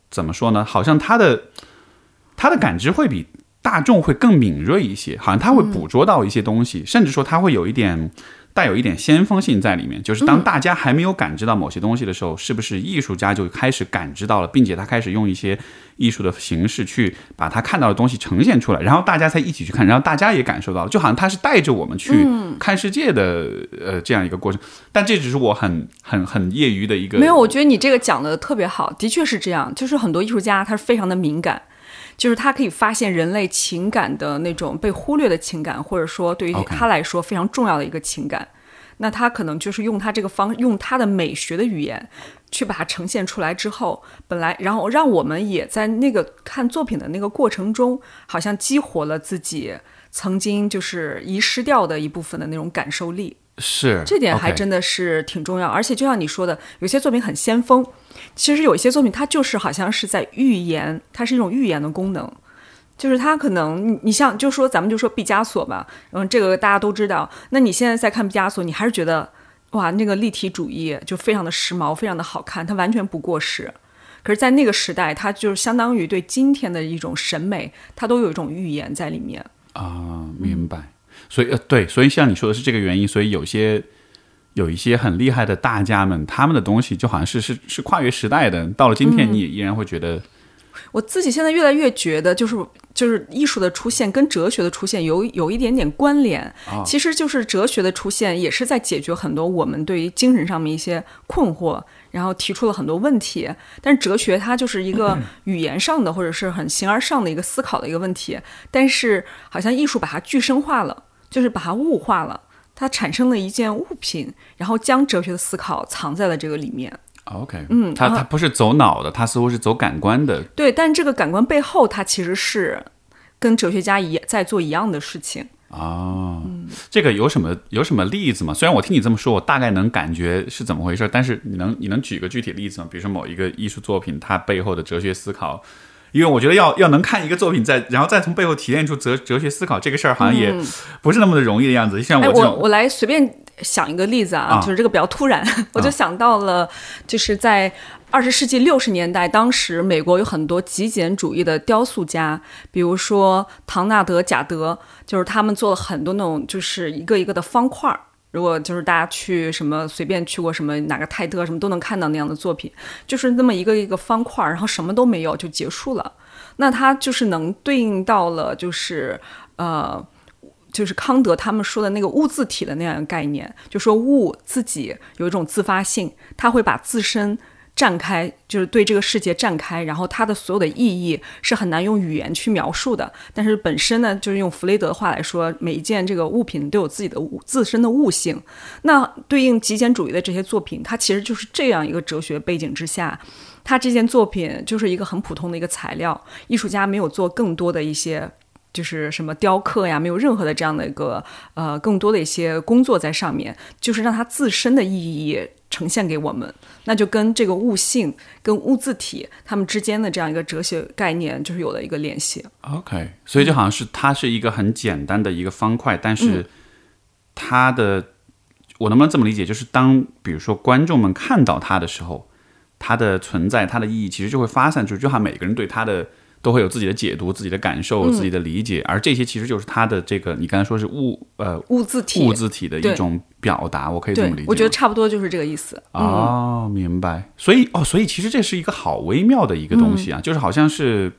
怎么说呢？好像他的感知会比大众会更敏锐一些，好像他会捕捉到一些东西，甚至说他会带有一点先锋性在里面。就是当大家还没有感知到某些东西的时候，是不是艺术家就开始感知到了，并且他开始用一些艺术的形式去把他看到的东西呈现出来，然后大家才一起去看，然后大家也感受到了，就好像他是带着我们去看世界的这样一个过程。但这只是我很业余的一个。 没有，我觉得你这个讲的特别好，的确是这样。就是很多艺术家他是非常的敏感，就是他可以发现人类情感的那种被忽略的情感，或者说对于他来说非常重要的一个情感。那他可能就是用他的美学的语言去把它呈现出来之后，然后让我们也在那个看作品的那个过程中，好像激活了自己曾经就是遗失掉的一部分的那种感受力。 是， 这点还真的是挺重要。而且就像你说的，有些作品很先锋，其实有一些作品它就是好像是在预言，它是一种预言的功能。就是他可能，你像就说咱们就说毕加索吧，这个大家都知道。那你现在在看毕加索，你还是觉得哇，那个立体主义就非常的时髦，非常的好看，它完全不过时。可是，在那个时代，它就是相当于对今天的一种审美，它都有一种预言在里面啊。明白。所以对，所以像你说的是这个原因，所以有一些很厉害的大家们，他们的东西就好像是跨越时代的，到了今天你也依然会觉得。 我自己现在越来越觉得，就是艺术的出现跟哲学的出现有一点点关联。其实就是哲学的出现也是在解决很多我们对于精神上面一些困惑，然后提出了很多问题。但是哲学它就是一个语言上的或者是很形而上的一个思考的一个问题，但是好像艺术把它具身化了，就是把它物化了，它产生了一件物品，然后将哲学的思考藏在了这个里面。 OK， 他不是走脑的，他似乎是走感官的。 对，但这个感官背后，它其实是跟哲学家在做一样的事情。 这个有什么例子吗？虽然我听你这么说，我大概能感觉是怎么回事，但是你能举个具体例子吗？比如说某一个艺术作品，它背后的哲学思考。因为我觉得要能看一个作品然后再从背后提炼出哲学思考，这个事儿好像也不是那么的容易的样子。像我这种， 我来随便想一个例子啊，就是这个比较突然，我就想到了，就是在20世纪60年代，当时美国有很多极简主义的雕塑家，比如说唐纳德、贾德，就是他们做了很多那种就是一个一个的方块。如果就是大家去什么随便去过什么哪个泰特什么都能看到那样的作品，就是那么一个一个方块，然后什么都没有就结束了。那它就是能对应到了就是康德他们说的那个物自体的那样的概念，就说物自己有一种自发性，它会把自身展开，就是对这个世界展开，然后它的所有的意义是很难用语言去描述的。但是本身呢，就是用弗雷德的话来说，每一件这个物品都有自己的自身的物性。那对应极简主义的这些作品，它其实就是这样一个哲学背景之下，它这件作品就是一个很普通的一个材料，艺术家没有做更多的一些就是什么雕刻呀，没有任何的这样的一个更多的一些工作在上面，就是让它自身的意义呈现给我们。那就跟这个物性跟物自体它们之间的这样一个哲学概念就是有了一个联系。 OK， 所以就好像是它是一个很简单的一个方块，但是它的我能不能这么理解，就是当比如说观众们看到它的时候，它的存在它的意义其实就会发散出去，就好像每个人对它的都会有自己的解读、自己的感受、自己的理解，而这些其实就是它的这个你刚才说是物自体的一种表达，我可以这么理解吗？ 我觉得差不多就是这个意思。 明白。所以其实这是一个好微妙的一个东西啊，就是好像是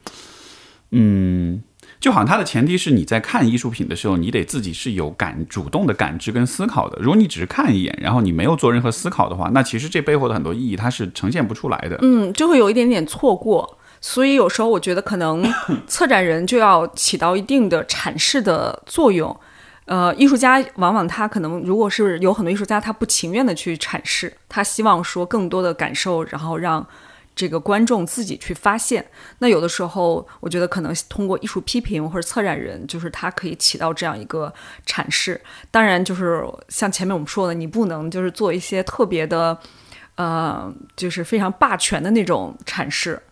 就好像它的前提是你在看艺术品的时候，你得自己是有主动的感知跟思考的。如果你只是看一眼，然后你没有做任何思考的话，那其实这背后的很多意义它是呈现不出来的。 就会有一点点错过。所以有时候我觉得可能策展人就要起到一定的阐释的作用。艺术家往往他可能如果是有很多艺术家他不情愿的去阐释，他希望说更多的感受，然后让这个观众自己去发现。那有的时候我觉得可能通过艺术批评或者策展人，就是他可以起到这样一个阐释。当然就是像前面我们说的，你不能就是做一些特别的就是非常霸权的那种阐释。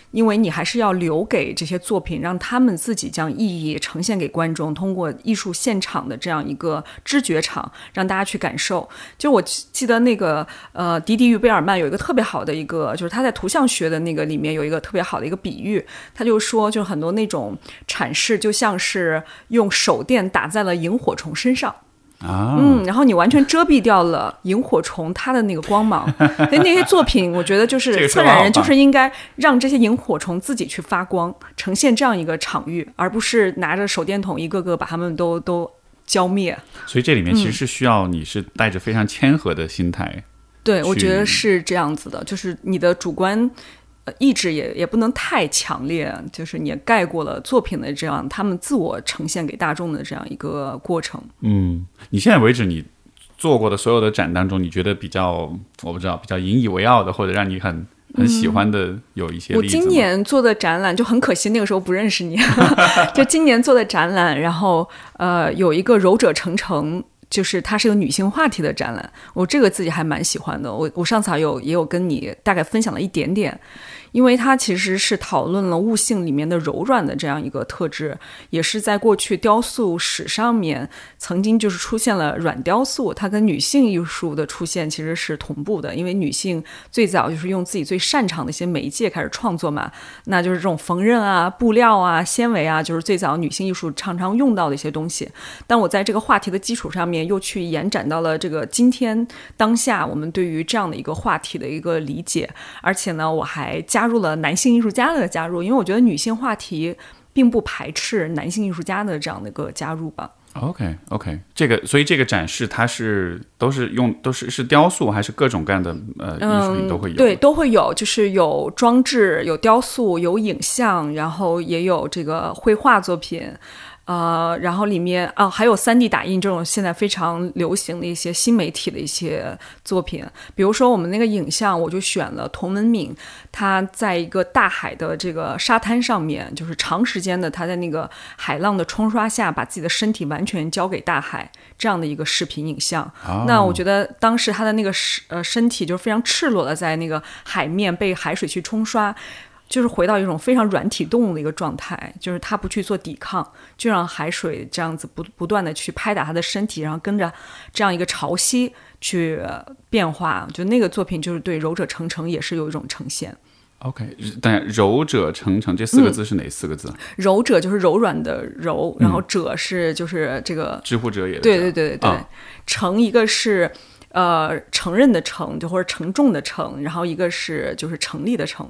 因为你还是要留给这些作品，让他们自己将意义呈现给观众，通过艺术现场的这样一个知觉场，让大家去感受。就我记得那个迪迪与贝尔曼有一个特别好的一个，就是他在图像学的那个里面有一个特别好的一个比喻，他就说，就很多那种阐释就像是用手电打在了萤火虫身上。然后你完全遮蔽掉了萤火虫它的那个光芒。所以那些作品，我觉得就是策展人就是应该让这些萤火虫自己去发光，呈现这样一个场域，而不是拿着手电筒一个个把它们都浇灭。 所以这里面其实是需要你是带着非常谦和的心态。 对，我觉得是这样子的，就是你的主观意志也不能太强烈，就是你也盖过了作品的这样他们自我呈现给大众的这样一个过程。 你现在为止你做过的所有的展当中，你觉得比较我不知道比较引以为傲的，或者让你很喜欢的有一些例子吗？ 我今年做的展览就很可惜，那个时候不认识你。就今年做的展览，然后有一个柔者成城，就是它是个女性话题的展览，我这个自己还蛮喜欢的。我上次也有跟你大概分享了一点点，因为它其实是讨论了物性里面的柔软的这样一个特质，也是在过去雕塑史上面曾经就是出现了软雕塑，它跟女性艺术的出现其实是同步的，因为女性最早就是用自己最擅长的一些媒介开始创作嘛，那就是这种缝纫啊、布料啊、纤维啊，就是最早女性艺术常常用到的一些东西。但我在这个话题的基础上面又去延展到了这个今天当下我们对于这样的一个话题的一个理解，而且呢我还加入了男性艺术家的加入，因为我觉得女性话题并不排斥男性艺术家的这样的一个加入吧。 OK， 所以这个展示它都是雕塑还是各种各样的艺术品都会有？ 对，都会有，就是有装置、有雕塑、有影像，然后也有这个绘画作品。然后里面还有 3D 打印这种现在非常流行的一些新媒体的一些作品，比如说我们那个影像，我就选了童文敏，他在一个大海的这个沙滩上面，就是长时间的他在那个海浪的冲刷下，把自己的身体完全交给大海这样的一个视频影像。那我觉得当时他的那个身体就是非常赤裸的在那个海面被海水去冲刷，就是回到一种非常软体动物的一个状态，就是他不去做抵抗，就让海水这样子不断的去拍打他的身体，然后跟着这样一个潮汐去变化。就那个作品就是对柔者成城也是有一种呈现。 OK， 但柔者成城这4个字是哪4个字？ 柔者就是柔软的柔，然后者是就是这个知乎者也的对，成一个是承认的承，就或者承重的承，然后一个是就是成立的成。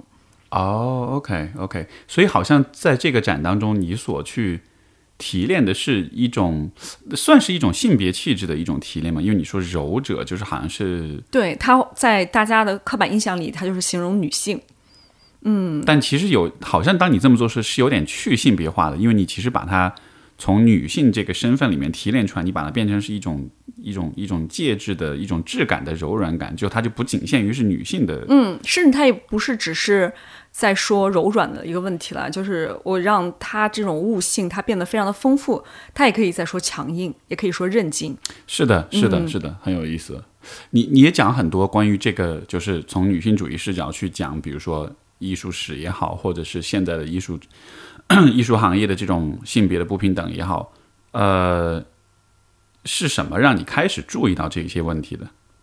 OK， 所以好像在这个展当中，你所去提炼的是算是一种性别气质的一种提炼嘛？因为你说柔者，就是好像是对，它在大家的刻板印象里，它就是形容女性。 但其实好像当你这么做是有点去性别化的，因为你其实把它从女性这个身份里面提炼出来，你把它变成是一种介质的一种质感的柔软感，它就不仅限于是女性的。 甚至它也不是只是在说柔软的一个问题了，就是我让它这种悟性它变得非常的丰富，它也可以再说强硬，也可以说韧劲。是的， 很有意思。你也讲很多关于这个，就是从女性主义视角去讲，比如说艺术史也好，或者是现在的艺术行业的这种性别的不平等也好，是什么让你开始注意到这些问题的？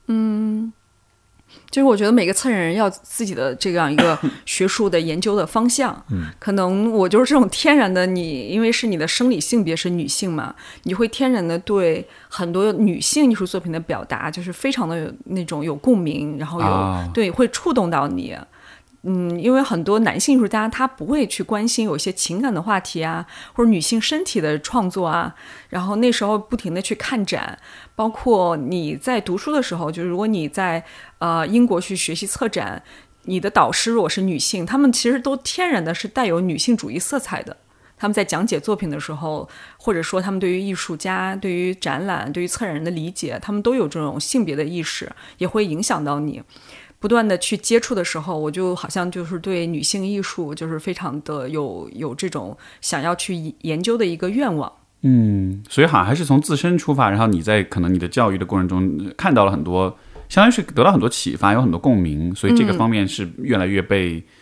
就是我觉得每个策展人要自己的这样一个学术的研究的方向。可能我就是这种天然的，你因为是你的生理性别是女性嘛，你会天然的对很多女性艺术作品的表达就是非常的那种有共鸣，然后对会触动到你。因为很多男性艺术家他不会去关心有一些情感的话题啊，或者女性身体的创作啊，然后那时候不停的去看展，包括你在读书的时候，就是如果你在英国去学习策展，你的导师如果是女性，他们其实都天然的是带有女性主义色彩的，他们在讲解作品的时候，或者说他们对于艺术家、对于展览、对于策展人的理解，他们都有这种性别的意识，也会影响到你。不断的去接触的时候，我就好像就是对女性艺术就是非常的有这种想要去研究的一个愿望。 所以好像还是从自身出发，然后你在可能你的教育的过程中看到了很多，相当于是得到很多启发，有很多共鸣，所以这个方面是越来越被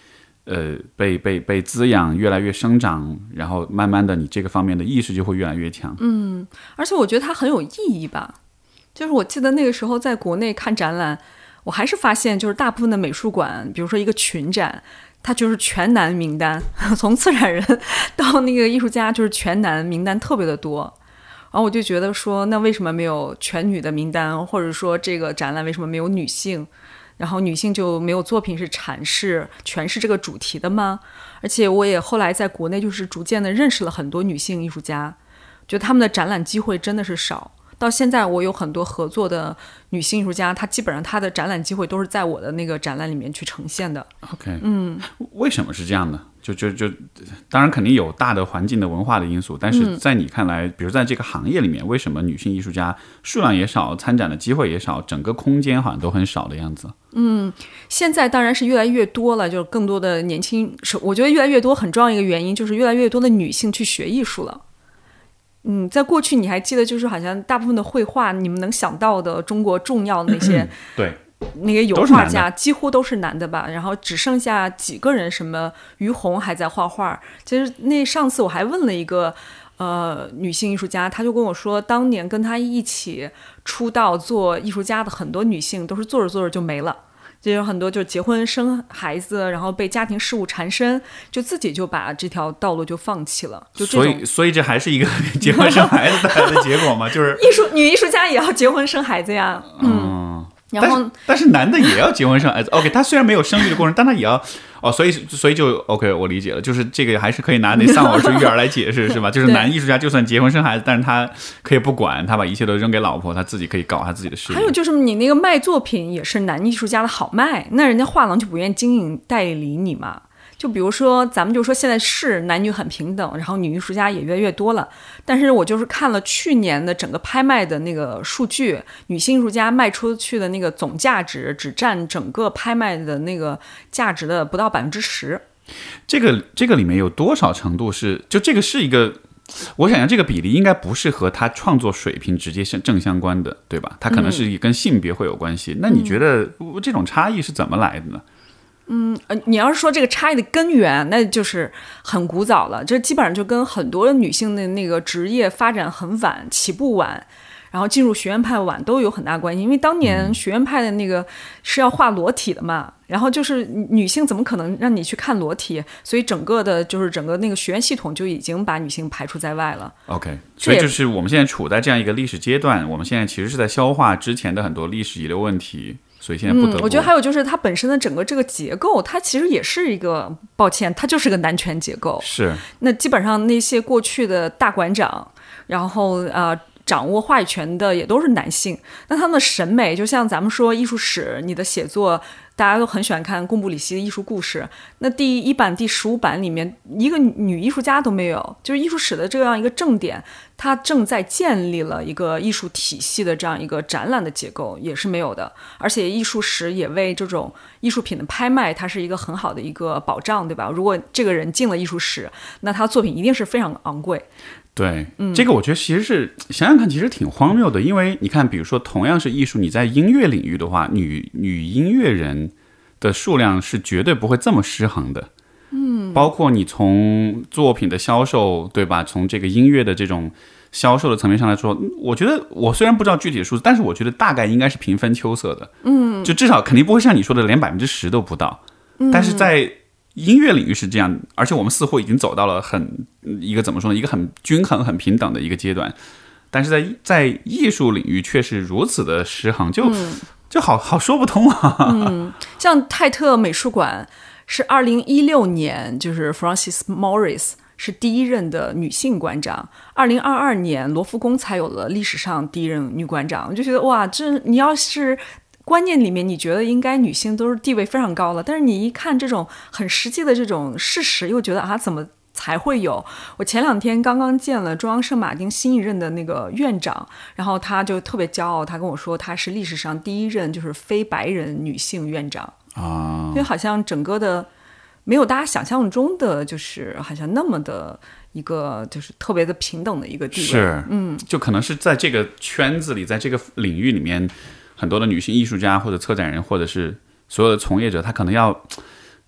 被滋养，越来越生长，然后慢慢的你这个方面的意识就会越来越强。 而且我觉得它很有意义吧。就是我记得那个时候在国内看展览，我还是发现就是大部分的美术馆，比如说一个群展，它就是全男名单，从策展人到那个艺术家就是全男名单特别的多。然后我就觉得说，那为什么没有全女的名单，或者说这个展览为什么没有女性？然后女性就没有作品是阐释这个主题的吗？而且我也后来在国内就是逐渐的认识了很多女性艺术家，觉得他们的展览机会真的是少。到现在我有很多合作的女性艺术家，她基本上她的展览机会都是在我的那个展览里面去呈现的。 OK， 为什么是这样呢？就当然肯定有大的环境的文化的因素，但是在你看来，比如在这个行业里面，为什么女性艺术家数量也少，参展的机会也少，整个空间好像都很少的样子？ 现在当然是越来越多了，就是更多的年轻，我觉得越来越多很重要一个原因就是越来越多的女性去学艺术了。在过去你还记得，就是好像大部分的绘画，你们能想到的中国重要的那些对。 那个油画家几乎都是男的吧，然后只剩下几个人，什么于红还在画画。其实上次我还问了一个女性艺术家，她就跟我说，当年跟她一起出道做艺术家的很多女性都是做着做着就没了，就有很多就结婚生孩子，然后被家庭事务缠身，就自己就把这条道路就放弃了。就这种所以这还是一个结婚生孩子带来的结果吗？就是女艺术家也要结婚生孩子呀。然后但是男的也要结婚生孩子。OK， 他虽然没有生育的过程，但他也要所以就 OK， 我理解了，就是这个还是可以拿那丧偶式育儿来解释，是吧？就是男艺术家就算结婚生孩子，但是他可以不管，他把一切都扔给老婆，他自己可以搞他自己的事业。 还有就是你那个卖作品也是男艺术家的好卖，那人家画廊就不愿意经营代理你嘛。就比如说咱们就说现在是男女很平等，然后女艺术家也越来越多了，但是我就是看了去年的整个拍卖的那个数据，女性艺术家卖出去的那个总价值只占整个拍卖的那个价值的不到10%。 这个里面有多少程度是就这个是一个，我想这个比例应该不是和他创作水平直接正相关的，对吧？他可能是跟性别会有关系。那你觉得这种差异是怎么来的呢？ 你要是说这个差异的根源，那就是很古早了，这基本上就跟很多女性的那个职业发展很晚，起步晚，然后进入学院派晚都有很大关系。因为当年学院派的那个是要画裸体的嘛，然后就是女性怎么可能让你去看裸体，所以整个那个学院系统就已经把女性排除在外了。 OK， 所以就是我们现在处在这样一个历史阶段，我们现在其实是在消化之前的很多历史遗留问题，所以现在不得不我觉得还有就是它本身的整个这个结构，它其实也是一个，抱歉，它就是个男权结构。 是， 那基本上那些过去的大馆长，然后掌握话语权的也都是男性，那他们的审美就像咱们说艺术史，你的写作大家都很喜欢看贡布里希的艺术故事，那第1版第15版里面一个女艺术家都没有，就是艺术史的这样一个正点，它正在建立了一个艺术体系的这样一个展览的结构也是没有的。而且艺术史也为这种艺术品的拍卖它是一个很好的一个保障，对吧？如果这个人进了艺术史，那他作品一定是非常昂贵。 对，这个我觉得其实是想想看，其实挺荒谬的。因为你看，比如说同样是艺术，你在音乐领域的话，女音乐人的数量是绝对不会这么失衡的。包括你从作品的销售，对吧？从这个音乐的这种销售的层面上来说，我觉得我虽然不知道具体的数字，但是我觉得大概应该是平分秋色的。就至少肯定不会像你说的连10%都不到。但是在音乐领域是这样，而且我们似乎已经走到了一个怎么说呢，一个很均衡很平等的一个阶段，但是在艺术领域却是如此的失衡，就好说不通啊。 像泰特美术馆是2016年，就是 Frances Morris 是第一任的女性馆长，2022年罗浮宫才有了历史上第一任女馆长。我就觉得哇，这你要是观念里面你觉得应该女性都是地位非常高了，但是你一看这种很实际的这种事实，又觉得怎么才会有。我前2天刚刚见了中央圣马丁新一任的那个院长，然后他就特别骄傲，他跟我说他是历史上第一任就是非白人女性院长啊，因为好像整个的没有大家想象中的就是好像那么的一个就是特别的平等的一个地位。 是，就可能是在这个圈子里，在这个领域里面，很多的女性艺术家或者策展人或者是所有的从业者，他可能要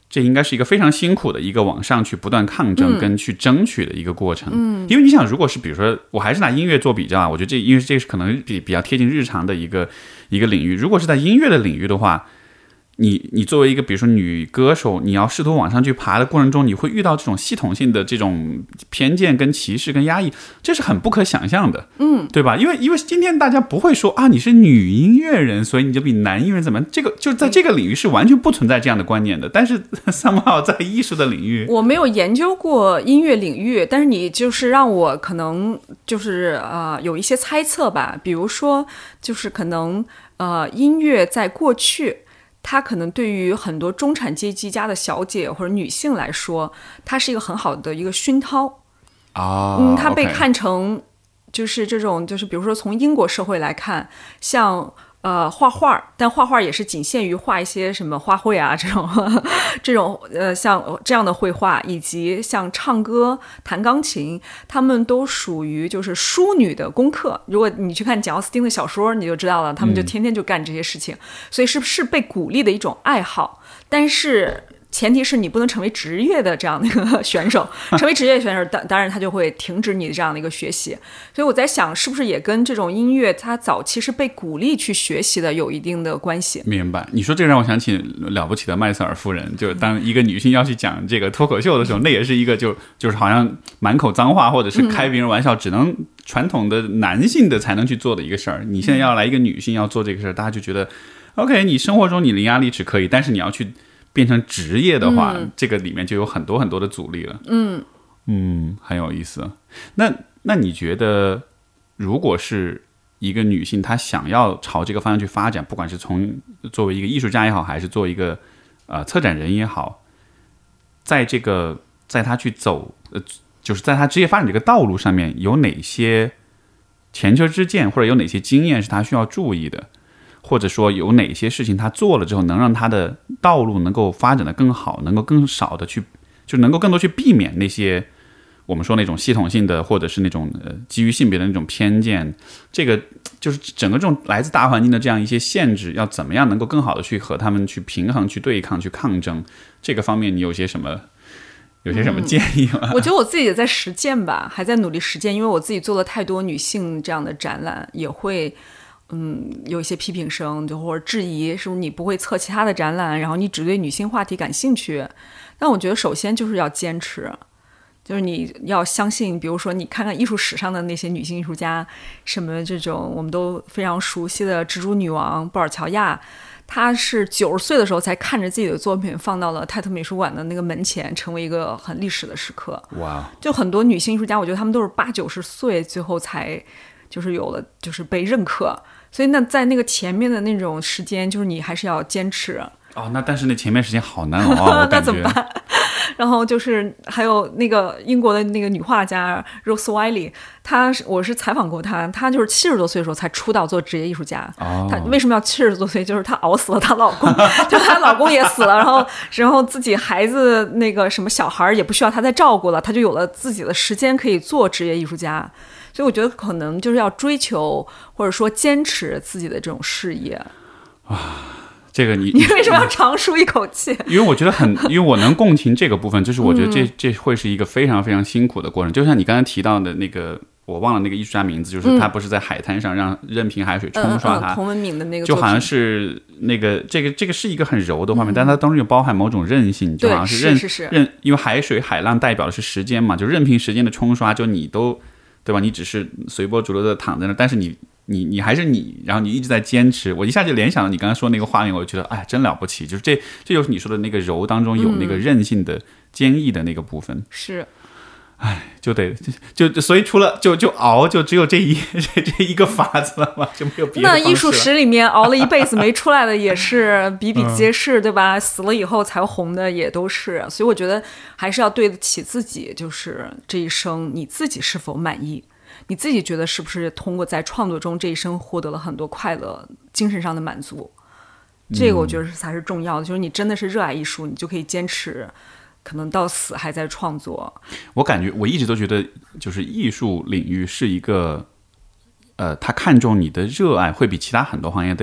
这应该是一个非常辛苦的一个往上去不断抗争跟去争取的一个过程。因为你想，如果是比如说，我还是拿音乐做比较啊，我觉得因为这是可能比较贴近日常的一个领域。如果是在音乐的领域的话，你作为一个比如说女歌手，你要试图往上去爬的过程中，你会遇到这种系统性的这种偏见跟歧视跟压抑，这是很不可想象的，对吧？因为今天大家不会说啊，你是女音乐人，所以你就比男音乐人怎么样，这个就在这个领域是完全不存在这样的观念的。但是 somehow 在艺术的领域， 我没有研究过音乐领域，但是你就是让我可能就是有一些猜测吧，比如说就是可能音乐在过去。它可能对于很多中产阶级家的小姐或者女性来说，它是一个很好的一个熏陶它被看成就是这种，就是比如说从英国社会来看，像画画，但画画也是仅限于画一些什么花卉啊这种像这样的绘画，以及像唱歌、弹钢琴，他们都属于就是淑女的功课。如果你去看简奥斯汀的小说，你就知道了，他们就天天就干这些事情，所以是被鼓励的一种爱好，但是。前提是你不能成为职业的这样的一个选手，成为职业选手，当然他就会停止你这样的一个学习。所以我在想，是不是也跟这种音乐它早期是被鼓励去学习的有一定的关系？ 明白。你说这个让我想起了不起的麦瑟尔夫人，就是当一个女性要去讲这个脱口秀的时候，那也是一个就是好像满口脏话或者是开别人玩笑，只能传统的男性的才能去做的一个事儿。你现在要来一个女性要做这个事儿，大家就觉得 OK， 你生活中你伶牙俐齿可以，但是你要去变成职业的话，这个里面就有很多很多的阻力了。很有意思。那你觉得，如果是一个女性，她想要朝这个方向去发展，不管是作为一个艺术家也好，还是做一个策展人也好，在她去走就是在她职业发展这个道路上面，有哪些前车之鉴，或者有哪些经验是她需要注意的？或者说有哪些事情他做了之后能让他的道路能够发展的更好，能够更少的去，就能够更多去避免那些我们说那种系统性的或者是那种基于性别的那种偏见，这个就是整个这种来自大环境的这样一些限制，要怎么样能够更好的去和他们去平衡、去对抗、去抗争，这个方面你有些什么建议吗？ 我觉得我自己也在实践吧，还在努力实践，因为我自己做了太多女性这样的展览，也会有一些批评声，就或者质疑，是不是你不会测其他的展览，然后你只对女性话题感兴趣？但我觉得首先就是要坚持，就是你要相信，比如说你看看艺术史上的那些女性艺术家，什么这种我们都非常熟悉的蜘蛛女王布尔乔亚，她是90岁的时候才看着自己的作品放到了泰特美术馆的那个门前，成为一个很历史的时刻。 哇！ 就很多女性艺术家，我觉得她们都是80-90岁最后才就是有了就是被认可。所以那在那个前面的那种时间，就是你还是要坚持。 那但是那前面时间好难熬那怎么办？然后就是还有那个英国的那个女画家 Rose Wiley， 我是采访过她，她就是70多岁的时候才出道做职业艺术家。她为什么要70多岁？就是她熬死了她老公，就她老公也死了，然后自己孩子那个什么小孩也不需要她再照顾了，她就有了自己的时间可以做职业艺术家。所以我觉得可能就是要追求或者说坚持自己的这种事业。 这个你为什么要长舒一口气？ 因为我觉得因为我能共情这个部分，就是我觉得这会是一个非常非常辛苦的过程。就像你刚才提到的那个，我忘了那个艺术家名字，就是他不是在海滩上让任凭海水冲刷他， 童文敏的那个， 就好像是那个这个是一个很柔的画面，但它当中又包含某种韧性，就好像是因为海浪代表的是时间嘛，就任凭时间的冲刷，就你都对吧？你只是随波逐流的躺在那，但是你还是你，然后你一直在坚持。我一下就联想到你刚才说那个画面，我就觉得哎，真了不起。就是这就是你说的那个柔当中有那个韧性的、坚毅的那个部分。 是， 哎，就得所以除了就熬，就只有这一个法子了嘛，就没有别的方式了。 那艺术史里面熬了一辈子没出来的也是比比皆是，对吧？死了以后才红的也都是。所以我觉得还是要对得起自己，就是这一生你自己是否满意。你自己觉得是不是通过在创作中这一生获得了很多快乐、精神上的满足？这个我觉得才是重要的。就是你真的是热爱艺术，你就可以坚持，可能到死还在创作。 我感觉我一直都觉得，就是艺术领域是一个，他看重你的热爱会比其他很多行业都要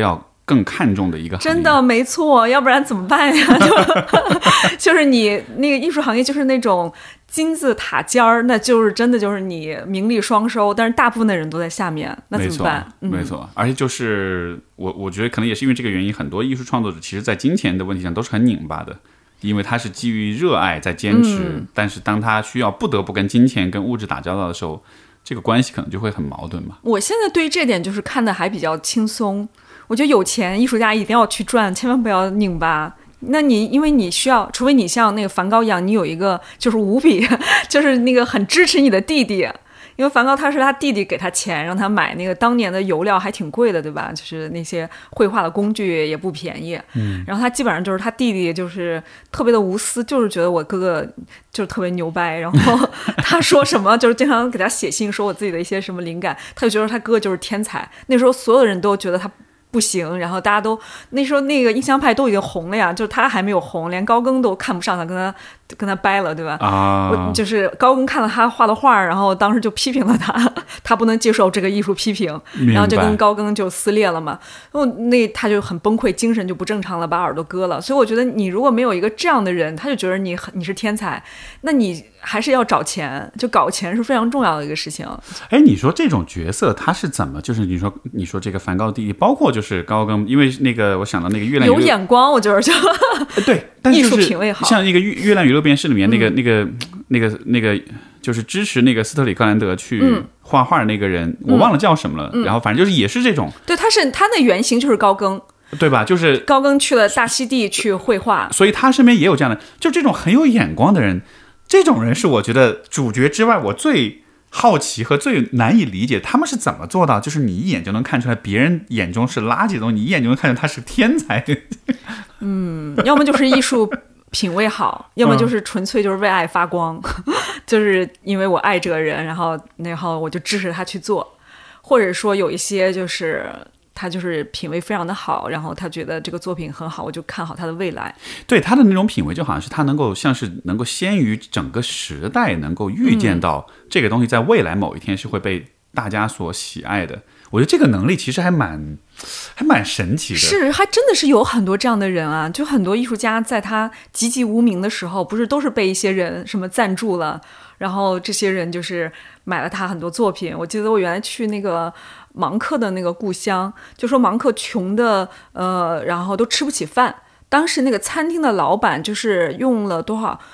更看重的一个行业。 真的没错，要不然怎么办呀？就是你那个艺术行业就是那种金字塔尖儿，那就是真的就是你名利双收，但是大部分的人都在下面，那怎么办？ 没错，而且就是我觉得可能也是因为这个原因，很多艺术创作者其实在金钱的问题上都是很拧巴的。因为他是基于热爱在坚持，但是当他需要不得不跟金钱跟物质打交道的时候，这个关系可能就会很矛盾嘛。 我现在对于这点就是看的还比较轻松，我觉得有钱艺术家一定要去赚，千万不要拧巴。那你因为你需要，除非你像那个梵高一样，你有一个就是无比就是那个很支持你的弟弟。因为梵高他是他弟弟给他钱让他买那个当年的油料还挺贵的，对吧？就是那些绘画的工具也不便宜。然后他基本上就是他弟弟就是特别的无私，就是觉得我哥哥就是特别牛掰，然后他说什么就是经常给他写信说我自己的一些什么灵感，他就觉得他哥哥就是天才。那时候所有人都觉得他不行，然后大家都那时候那个印象派都已经红了呀，就是他还没有红，连高更都看不上他，跟他掰了，对吧？我就是高更看了他画的画，然后当时就批评了他，他不能接受这个艺术批评，然后就跟高更就撕裂了嘛。那他就很崩溃，精神就不正常了，把耳朵割了。所以我觉得你如果没有一个这样的人，他就觉得你是天才，那你还是要找钱，就搞钱是非常重要的一个事情。 哎，你说这种角色他是怎么？就是你说这个梵高弟弟，包括就是高更，因为那个我想到那个月亮有眼光，我觉得就对，但是艺术品味好， 像那个月亮与六便士里面那个就是支持那个斯特里克兰德去画画的那个人，我忘了叫什么了。然后反正就是也是这种， 对，他的原型就是高更。 对吧？就是高更去了大溪地去绘画， 所以他身边也有这样的，就这种很有眼光的人。这种人是我觉得主角之外我最好奇和最难以理解他们是怎么做到，就是你一眼就能看出来别人眼中是垃圾的东西，你一眼就能看出他是天才。 要么就是艺术品味好，要么就是纯粹就是为爱发光，就是因为我爱这个人，然后我就支持他去做。或者说有一些就是他就是品味非常的好，然后他觉得这个作品很好，我就看好他的未来。 对，他的那种品味就好像是他能够先于整个时代，能够预见到这个东西在未来某一天是会被大家所喜爱的。我觉得这个能力其实还蛮神奇的。 是，还真的是有很多这样的人啊，就很多艺术家在他籍籍无名的时候，不是都是被一些人什么赞助了，然后这些人就是买了他很多作品。我记得我原来去那个芒克的那个故乡，就说芒克穷的然后都吃不起饭。当时那个餐厅的老板就是用了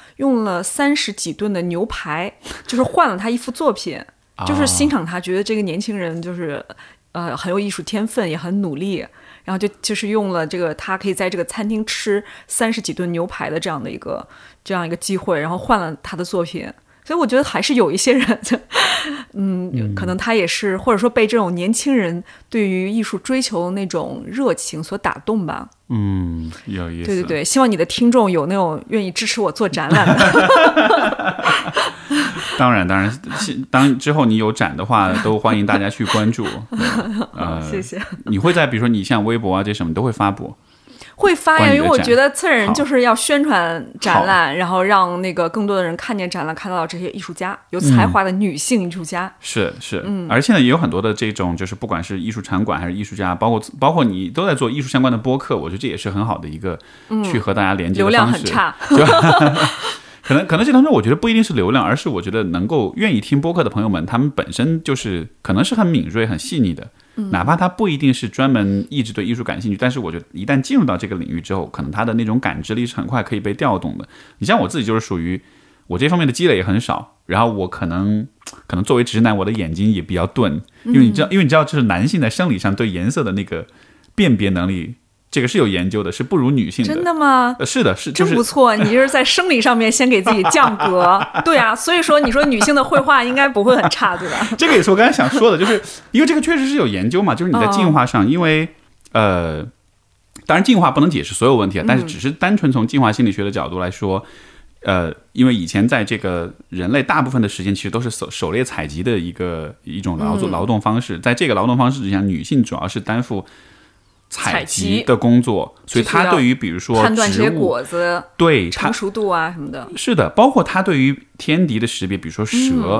30几吨的牛排，就是换了他一幅作品，就是欣赏他，觉得这个年轻人就是很有艺术天分，也很努力，然后就是用了这个他可以在这个餐厅吃30几吨牛排的这样一个机会，然后换了他的作品。所以我觉得还是有一些人可能他也是或者说被这种年轻人对于艺术追求的那种热情所打动吧。 有意思。 对对对，希望你的听众有那种愿意支持我做展览的。 当然当之后你有展的话都欢迎大家去关注。 谢谢。 你会在比如说你像微博啊这什么都会发布？ 会发呀，因为我觉得策展人就是要宣传展览，然后让那个更多的人看见展览，看到这些艺术家，有才华的女性艺术家。 是，而现在也有很多的这种，就是不管是艺术场馆还是艺术家，包括你都在做艺术相关的播客，我觉得这也是很好的一个去和大家连接的方式。 流量很差。 可能这当中我觉得不一定是流量，而是我觉得能够愿意听播客的朋友们，他们本身就是可能是很敏锐很细腻的，哪怕他不一定是专门一直对艺术感兴趣，但是我觉得一旦进入到这个领域之后，可能他的那种感知力是很快可以被调动的。你像我自己就是属于我这方面的积累也很少，然后我可能作为直男，我的眼睛也比较钝，因为你知道就是男性在生理上对颜色的那个辨别能力，这个是有研究的，是不如女性的。 真的吗？ 是的， 真不错。你就是在生理上面先给自己降格。对啊，所以说你说女性的绘画应该不会很差，对吧？ 这个也是我刚才想说的，就是因为这个确实是有研究嘛，就是你在进化上，因为当然进化不能解释所有问题啊，但是只是单纯从进化心理学的角度来说，因为以前在这个人类大部分的时间其实都是狩猎采集的一种劳动方式，在这个劳动方式之下，女性主要是担负采集的工作，所以他对于比如说判断这些果子对成熟度啊什么的， 是的，包括他对于天敌的识别，比如说蛇，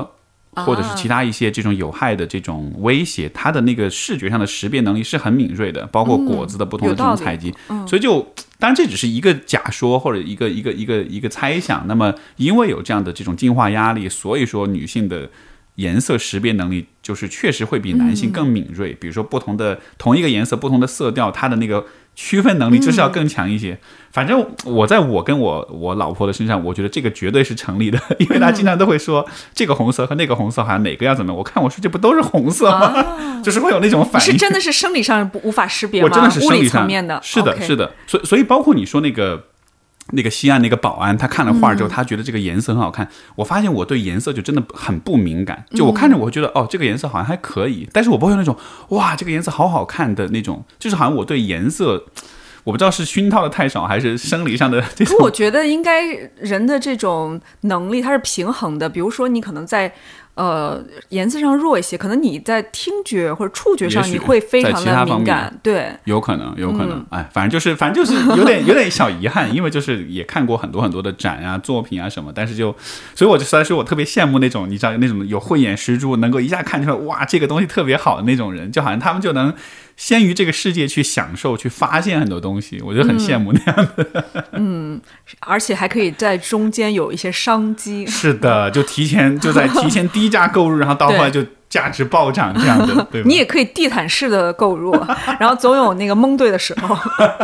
或者是其他一些这种有害的这种威胁，它的那个视觉上的识别能力是很敏锐的，包括果子的不同的这种采集，所以就当然这只是一个假说或者一个猜想。那么因为有这样的这种进化压力，所以说女性的颜色识别能力就是确实会比男性更敏锐，比如说同一个颜色不同的色调，它的那个区分能力就是要更强一些。反正我跟我老婆的身上，我觉得这个绝对是成立的，因为她经常都会说这个红色和那个红色好像哪个要怎么样，我看我说这不都是红色吗？就是会有那种反应。 是真的是生理上无法识别吗？ 我真的是生理上物理层面的。 是的， OK 是的。所以包括你说那个西岸那个保安，他看了画之后，他觉得这个颜色很好看。我发现我对颜色就真的很不敏感，就我看着我会觉得这个颜色好像还可以，但是我不会有那种哇这个颜色好好看的那种，就是好像我对颜色，我不知道是熏陶的太少还是生理上的这种。 我觉得应该人的这种能力它是平衡的，比如说你可能在颜色上弱一些，可能你在听觉或者触觉上你会非常的敏感，对， 有可能，反正就是有点小遗憾，因为就是也看过很多很多的展啊、作品啊什么，但是所以我就实在是我特别羡慕那种你知道那种有慧眼识珠，能够一下看出来哇这个东西特别好的那种人，就好像他们就能先于这个世界去享受、去发现很多东西，我就很羡慕那样的。 而且还可以在中间有一些商机。是的，就提前低价购入，然后到后来就价值暴涨这样的，对吧？ 你也可以地毯式的购入，然后总有那个蒙对的时候。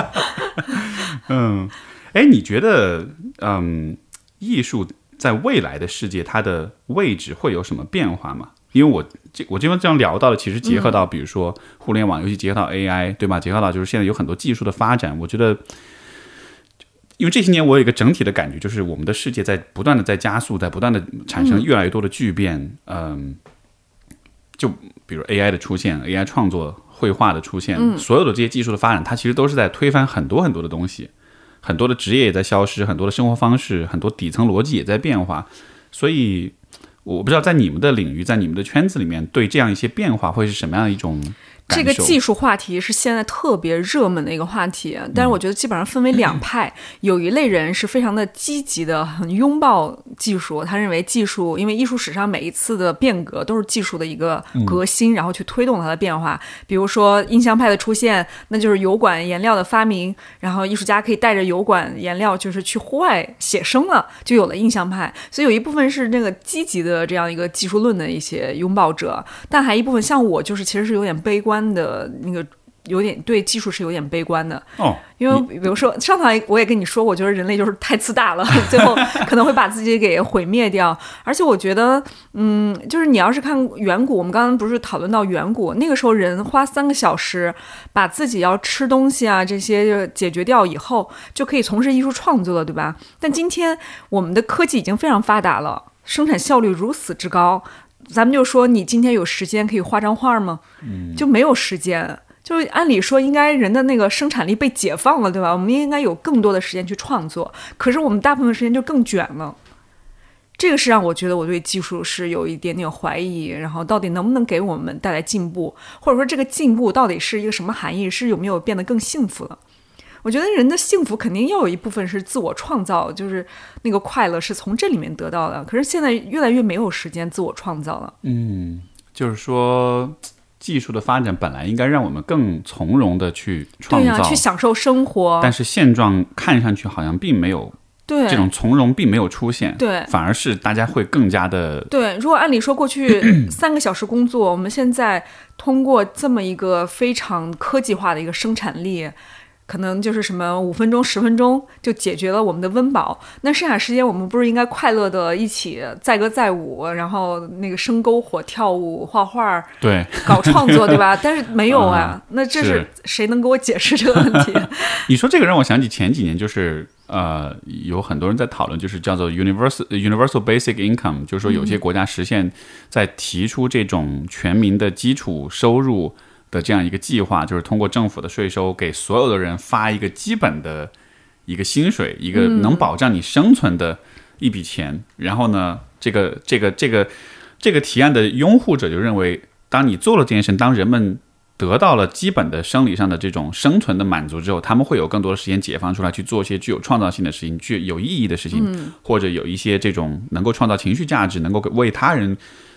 你觉得艺术在未来的世界它的位置会有什么变化吗？因为我这边这样聊到的，其实结合到比如说互联网，尤其结合到 AI， 对吧？结合到就是现在有很多技术的发展，我觉得。因为这些年我有一个整体的感觉，就是我们的世界在不断的在加速，在不断的产生越来越多的巨变。就比如 AI 的出现 ，AI 创作、绘画的出现，所有的这些技术的发展，它其实都是在推翻很多很多的东西，很多的职业也在消失，很多的生活方式，很多底层逻辑也在变化。所以我不知道在你们的领域，在你们的圈子里面，对这样一些变化会是什么样的一种这个技术话题是现在特别热门的一个话题，但是我觉得基本上分为两派，有一类人是非常的积极的，很拥抱技术，他认为技术，因为艺术史上每一次的变革都是技术的一个革新，然后去推动它的变化。比如说印象派的出现，那就是油管颜料的发明，然后艺术家可以带着油管颜料就是去户外写生了，就有了印象派。所以有一部分是那个积极的这样一个技术论的一些拥抱者，但还一部分像我就是其实是有点悲观的那个，有点对技术是有点悲观的因为比如说上台我也跟你说，我觉得人类就是太自大了，最后可能会把自己给毁灭掉。而且我觉得就是你要是看远古，我们刚刚不是讨论到远古，那个时候人花3个小时把自己要吃东西啊这些解决掉以后，就可以从事艺术创作了，对吧？但今天我们的科技已经非常发达了，生产效率如此之高，咱们就说你今天有时间可以画张画吗？就没有时间。就是按理说应该人的那个生产力被解放了，对吧？我们应该有更多的时间去创作，可是我们大部分时间就更卷了。这个是让我觉得我对技术是有一点点怀疑，然后到底能不能给我们带来进步，或者说这个进步到底是一个什么含义，是有没有变得更幸福了。我觉得人的幸福肯定要有一部分是自我创造，就是那个快乐是从这里面得到的，可是现在越来越没有时间自我创造了。 就是说技术的发展本来应该让我们更从容的去创造， 去享受生活， 但是现状看上去好像并没有，这种从容并没有出现，反而是大家会更加的如果按理说过去3个小时工作，我们现在通过这么一个非常科技化的一个生产力，可能就是什么5分钟10分钟就解决了我们的温饱，那剩下时间我们不是应该快乐的一起载歌载舞，然后那个生篝火跳舞画画， 对， 搞创作，对吧？但是没有啊，那这是谁能给我解释这个问题？ 你说这个让我想起前几年就是有很多人在讨论，就是叫做 universal basic income， 就是说有些国家实现在提出这种全民的基础收入的这样一个计划，就是通过政府的税收给所有的人发一个基本的一个薪水，一个能保障你生存的一笔钱。然后呢，这个提案的拥护者就认为，当你做了这件事，当人们得到了基本的生理上的这种生存的满足之后，他们会有更多的时间解放出来去做一些具有创造性的事情，具有意义的事情，或者有一些这种能够创造情绪价值，能够为他人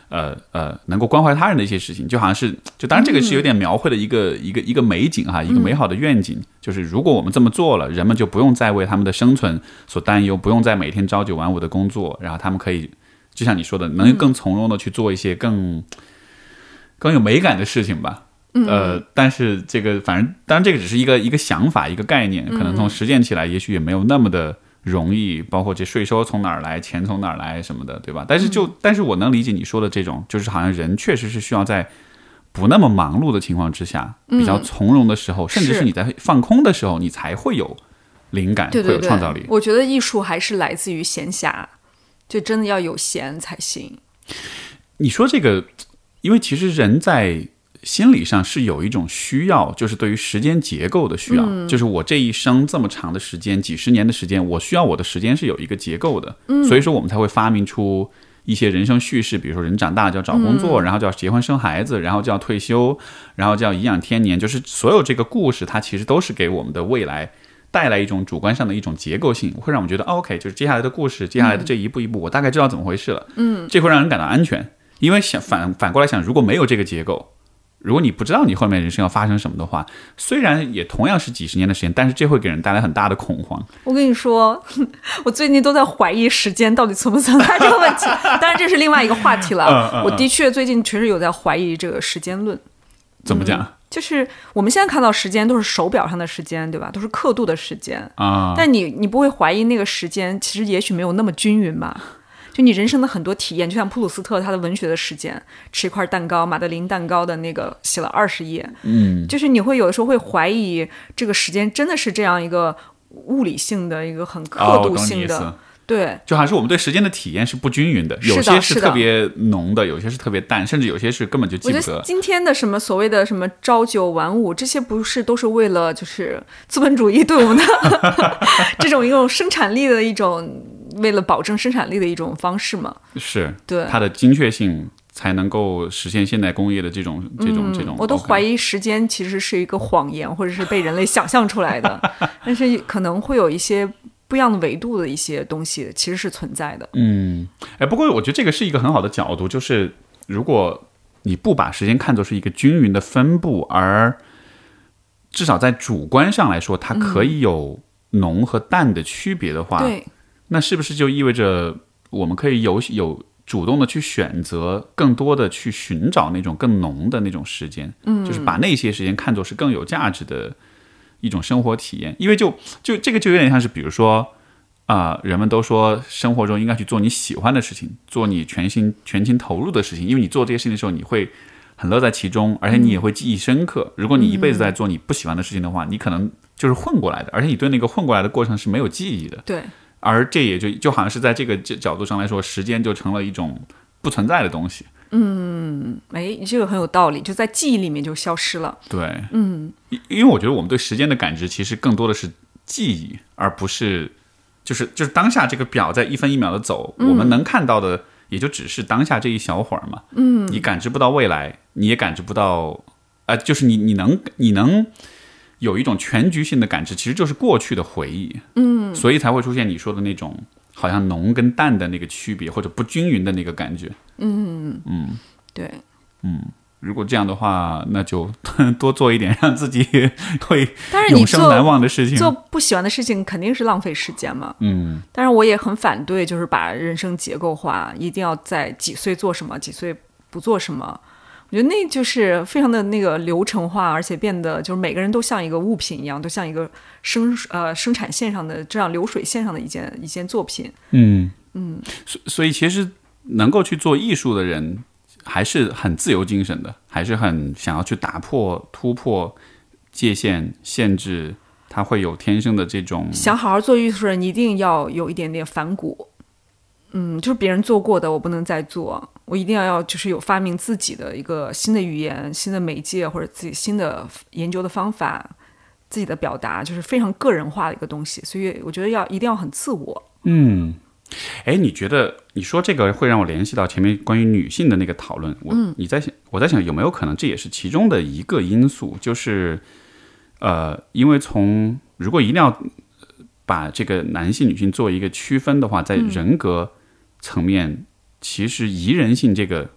能够关怀他人的一些事情，就好像是当然这个是有点描绘的一个美景哈，一个美好的愿景，就是如果我们这么做了，人们就不用再为他们的生存所担忧，不用再每天朝九晚五的工作，然后他们可以就像你说的，能更从容的去做一些更有美感的事情吧。但是这个反正当然这个只是一个想法一个概念，可能从实践起来也许也没有那么的容易，包括这税收从哪儿来，钱从哪儿来什么的，对吧？但是我能理解你说的这种，就是好像人确实是需要在不那么忙碌的情况之下，比较从容的时候，甚至是你在放空的时候，你才会有灵感， 对对对， 会有创造力。 我觉得艺术还是来自于闲暇，就真的要有闲才行。 你说这个，因为其实人在心理上是有一种需要，就是对于时间结构的需要，就是我这一生这么长的时间，几十年的时间，我需要我的时间是有一个结构的，所以说我们才会发明出一些人生叙事，比如说人长大了就要找工作，然后就要结婚生孩子，然后就要退休，然后就要颐养天年，就是所有这个故事它其实都是给我们的未来带来一种主观上的一种结构性，会让我们觉得OK，就是接下来的故事，接下来的这一步一步我大概知道怎么回事了，这会让人感到安全。因为反过来想，如果没有这个结构，如果你不知道你后面人生要发生什么的话，虽然也同样是几十年的时间，但是这会给人带来很大的恐慌。 我跟你说，我最近都在怀疑时间到底存不存在这个问题，当然这是另外一个话题了。我的确最近确实有在怀疑这个时间论。 怎么讲？ 就是我们现在看到时间都是手表上的时间，对吧？都是刻度的时间啊。但你不会怀疑那个时间其实也许没有那么均匀吧？就你人生的很多体验，就像普鲁斯特他的文学的时间，吃一块蛋糕，马德琳蛋糕的那个写了20页，就是你会有的时候会怀疑这个时间真的是这样一个物理性的一个很刻度性的。对， 就好像是我们对时间的体验是不均匀的，有些是特别浓的，有些是特别淡，甚至有些是根本就记不得。 我觉得今天的什么所谓的什么朝九晚五，这些不是都是为了就是资本主义对我们的这种一种生产力的一种，为了保证生产力的一种方式嘛？ 是， 对它的精确性才能够实现现代工业的这种。 我都怀疑时间其实是一个谎言，或者是被人类想象出来的，但是可能会有一些不一样的维度的一些东西其实是存在的。 不过我觉得这个是一个很好的角度，就是如果你不把时间看作是一个均匀的分布，而至少在主观上来说它可以有浓和淡的区别的话， 对， 那是不是就意味着我们可以有主动的去选择，更多的去寻找那种更浓的那种时间，就是把那些时间看作是更有价值的一种生活体验。因为就这个就有点像是，比如说人们都说生活中应该去做你喜欢的事情，做你全心投入的事情，因为你做这些事情的时候你会很乐在其中，而且你也会记忆深刻。如果你一辈子在做你不喜欢的事情的话，你可能就是混过来的，而且你对那个混过来的过程是没有记忆的。 对， 而这也就好像是在这个角度上来说，时间就成了一种不存在的东西。 这个很有道理，就在记忆里面就消失了。 对，因为我觉得我们对时间的感知其实更多的是记忆，而不是就是当下这个表在1分1秒的走，我们能看到的也就只是当下这一小会儿嘛。你感知不到未来，你也感知不到就是你能有一种全局性的感知，其实就是过去的回忆。所以才会出现你说的那种好像浓跟淡的那个区别，或者不均匀的那个感觉。 对， 如果这样的话，那就多做一点让自己会但是你永生难忘的事情。 做不喜欢的事情肯定是浪费时间嘛。但是我也很反对，就是把人生结构化，一定要在几岁做什么，几岁不做什么。我觉得那就是非常的那个流程化，而且变得就是每个人都像一个物品一样，都像一个生产线上的这样流水线上的一件作品。 所以其实能够去做艺术的人还是很自由精神的，还是很想要去打破突破界限限制，他会有天生的这种想好好做艺术人一定要有一点点反骨。就是别人做过的我不能再做，我一定要就是有发明自己的一个新的语言、新的媒介，或者自己新的研究的方法，自己的表达，就是非常个人化的一个东西。所以我觉得一定要很自我。 你觉得你说这个会让我联系到前面关于女性的那个讨论。我在想有没有可能这也是其中的一个因素，就是因为如果一定要把这个男性女性做一个区分的话，在人格层面，其实宜人性这个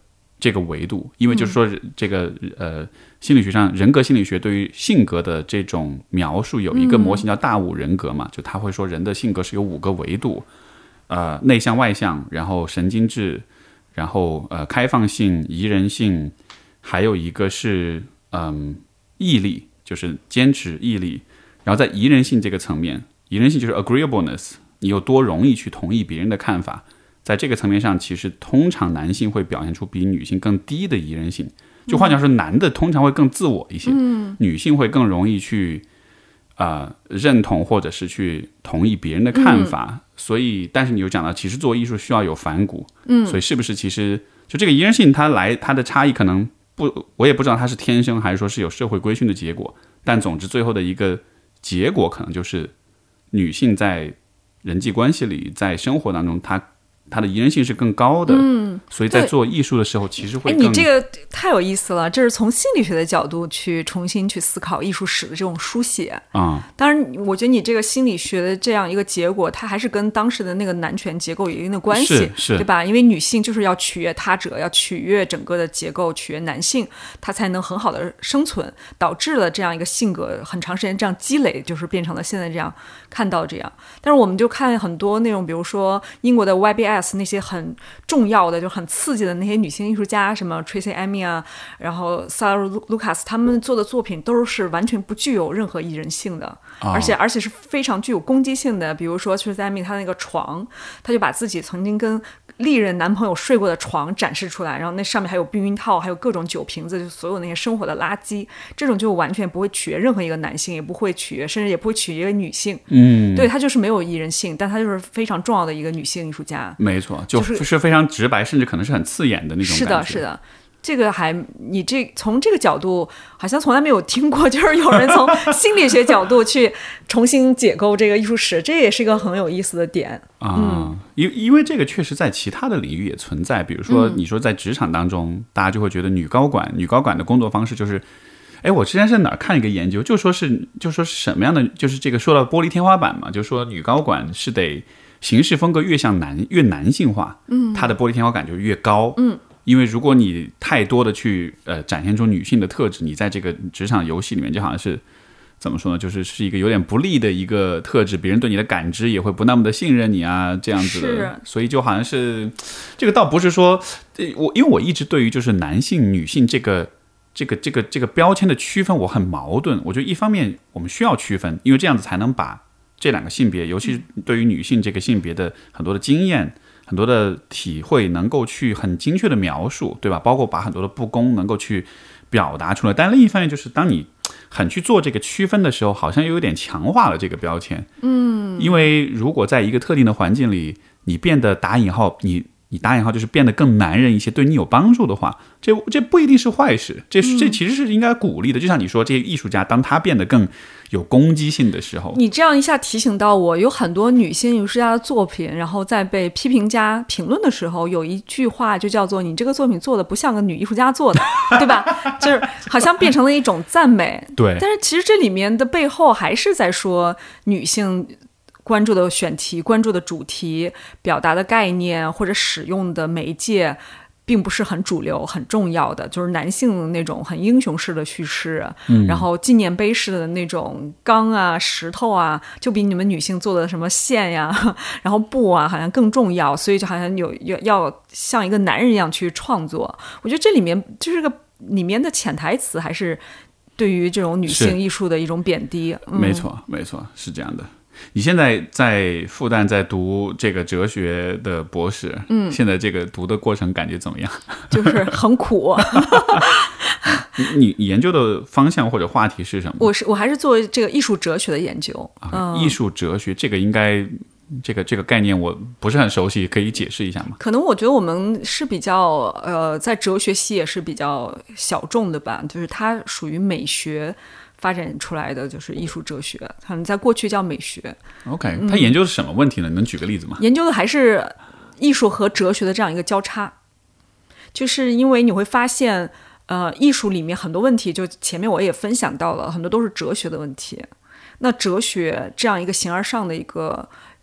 这个维度，因为就是说这个心理学上人格心理学对于性格的这种描述有一个模型叫大五人格嘛，就他会说人的性格是有5个维度，内向外向，然后神经质，然后开放性、宜人性，还有一个是毅力，就是坚持毅力。然后在宜人性这个层面，宜人性就是 agreeableness， 你有多容易去同意别人的看法。在这个层面上，其实通常男性会表现出比女性更低的宜人性。就换句话说，男的通常会更自我一些，女性会更容易去认同或者是去同意别人的看法。所以，但是你又讲到，其实做艺术需要有反骨，所以是不是其实就这个宜人性它的差异可能不，我也不知道它是天生还是说是有社会规训的结果。但总之，最后的一个结果可能就是女性在人际关系里，在生活当中，它的宜人性是更高的，所以在做艺术的时候，其实会更。 你这个太有意思了，这是从心理学的角度去重新去思考艺术史的这种书写当然，我觉得你这个心理学的这样一个结果，它还是跟当时的那个男权结构有一定的关系， 是对吧？因为女性就是要取悦他者，要取悦整个的结构，取悦男性，她才能很好的生存，导致了这样一个性格很长时间这样积累，就是变成了现在这样看到这样。但是我们就看很多那种，比如说英国的 YBS。那些很重要的就很刺激的那些女性艺术家，什么 Tracy Emin 啊，然后 Sarah Lucas， 他们做的作品都是完全不具有任何宜人性的，而且是非常具有攻击性的。比如说 Tracy Emin 她那个床，她就把自己曾经跟历任男朋友睡过的床展示出来，然后那上面还有避孕套，还有各种酒瓶子，就所有那些生活的垃圾，这种就完全不会取悦任何一个男性，也不会取悦，甚至也不会取悦一个女性。对，她就是没有宜人性，但她就是非常重要的一个女性艺术家。 没错，就是非常直白，甚至可能是很刺眼的那种感觉。 是的。这个你从这个角度好像从来没有听过，就是有人从心理学角度去重新解构这个艺术史，这也是一个很有意思的点因为这个确实在其他的领域也存在，比如说你说在职场当中，大家就会觉得女高管的工作方式就是。我之前是哪儿看一个研究，就说是什么样的，就是这个说到玻璃天花板嘛，就说女高管是得行事风格越男性化，她的玻璃天花板就越高，因为如果你太多的去展现出女性的特质，你在这个职场游戏里面就好像是怎么说呢，是一个有点不利的一个特质，别人对你的感知也会不那么的信任你啊，这样子的，所以就好像是这个倒不是说因为我一直对于就是男性女性这个标签的区分我很矛盾。我觉得一方面我们需要区分，因为这样子才能把这两个性别，尤其是对于女性这个性别的很多的经验、很多的体会能够去很精确的描述，对吧？包括把很多的不公能够去表达出来。但另一方面就是当你很去做这个区分的时候，好像又有点强化了这个标签。因为如果在一个特定的环境里，你变得打引号你打引号就是变得更男人一些，对你有帮助的话，这不一定是坏事，这其实是应该鼓励的。就像你说，这些艺术家当他变得更有攻击性的时候， 你这样一下提醒到我，有很多女性艺术家的作品，然后在被批评家评论的时候，有一句话就叫做"你这个作品做的不像个女艺术家做的"，对吧？就是好像变成了一种赞美。 对， 但是其实这里面的背后还是在说女性关注的选题、关注的主题、表达的概念或者使用的媒介并不是很主流很重要的，就是男性那种很英雄式的叙事，然后纪念碑式的那种钢啊石头啊，就比你们女性做的什么线呀然后布啊好像更重要，所以就好像要像一个男人一样去创作。我觉得这里面就是个里面的潜台词还是对于这种女性艺术的一种贬低。 没错是这样的。你现在在复旦在读这个哲学的博士，现在这个读的过程感觉怎么样？ 就是很苦。 你研究的方向或者话题是什么？ 我还是做这个艺术哲学的研究。 艺术哲学这个应该这个概念我不是很熟悉，可以解释一下吗？ 可能我觉得我们是比较在哲学系也是比较小众的吧，就是它属于美学发展出来的，就是艺术哲学，可能在过去叫美学。 OK， 他研究的是什么问题呢？能举个例子吗？ 研究的还是艺术和哲学的这样一个交叉，就是因为你会发现，艺术里面很多问题，就前面我也分享到了，很多都是哲学的问题。那哲学这样一个形而上的一个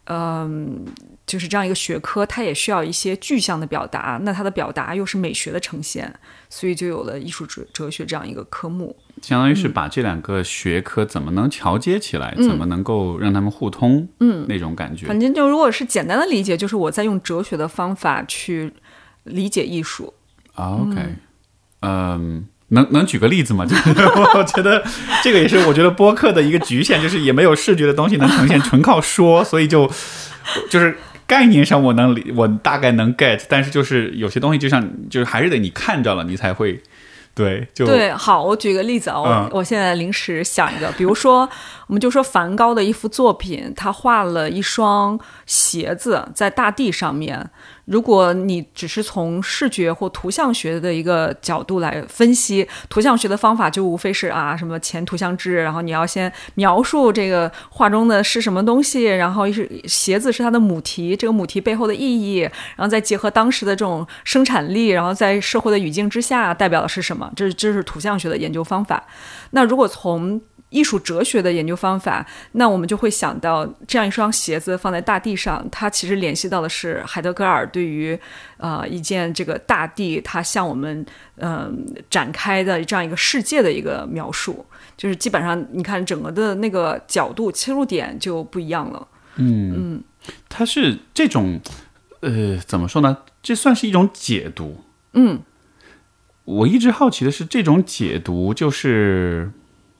就是这样一个学科，它也需要一些具象的表达，那它的表达又是美学的呈现，所以就有了艺术哲学这样一个科目。 相当于是把这两个学科怎么能桥接起来，怎么能够让他们互通，那种感觉。 反正就如果是简单的理解，就是我在用哲学的方法去理解艺术。 OK，能举个例子吗？就是我觉得这个也是我觉得播客的一个局限，就是也没有视觉的东西能呈现，纯靠说，所以就是概念上我大概能 get， 但是就是有些东西就是还是得你看着了你才会对。 好，我举个例子啊，我现在临时想一个，比如说我们就说梵高的一幅作品，他画了一双鞋子在大地上面。如果你只是从视觉或图像学的一个角度来分析，图像学的方法就无非是什么前图像志，然后你要先描述这个画中的是什么东西，然后鞋子是它的母题，这个母题背后的意义，然后再结合当时的这种生产力，然后在社会的语境之下代表的是什么，这是图像学的研究方法。那如果从艺术哲学的研究方法，那我们就会想到这样一双鞋子放在大地上，它其实联系到的是海德格尔对于一件这个大地它向我们展开的这样一个世界的一个描述，就是基本上你看整个的那个角度切入点就不一样了。 它是这种怎么说呢？这算是一种解读。我一直好奇的是这种解读就是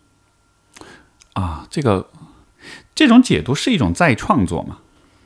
这种解读是一种再创作吗？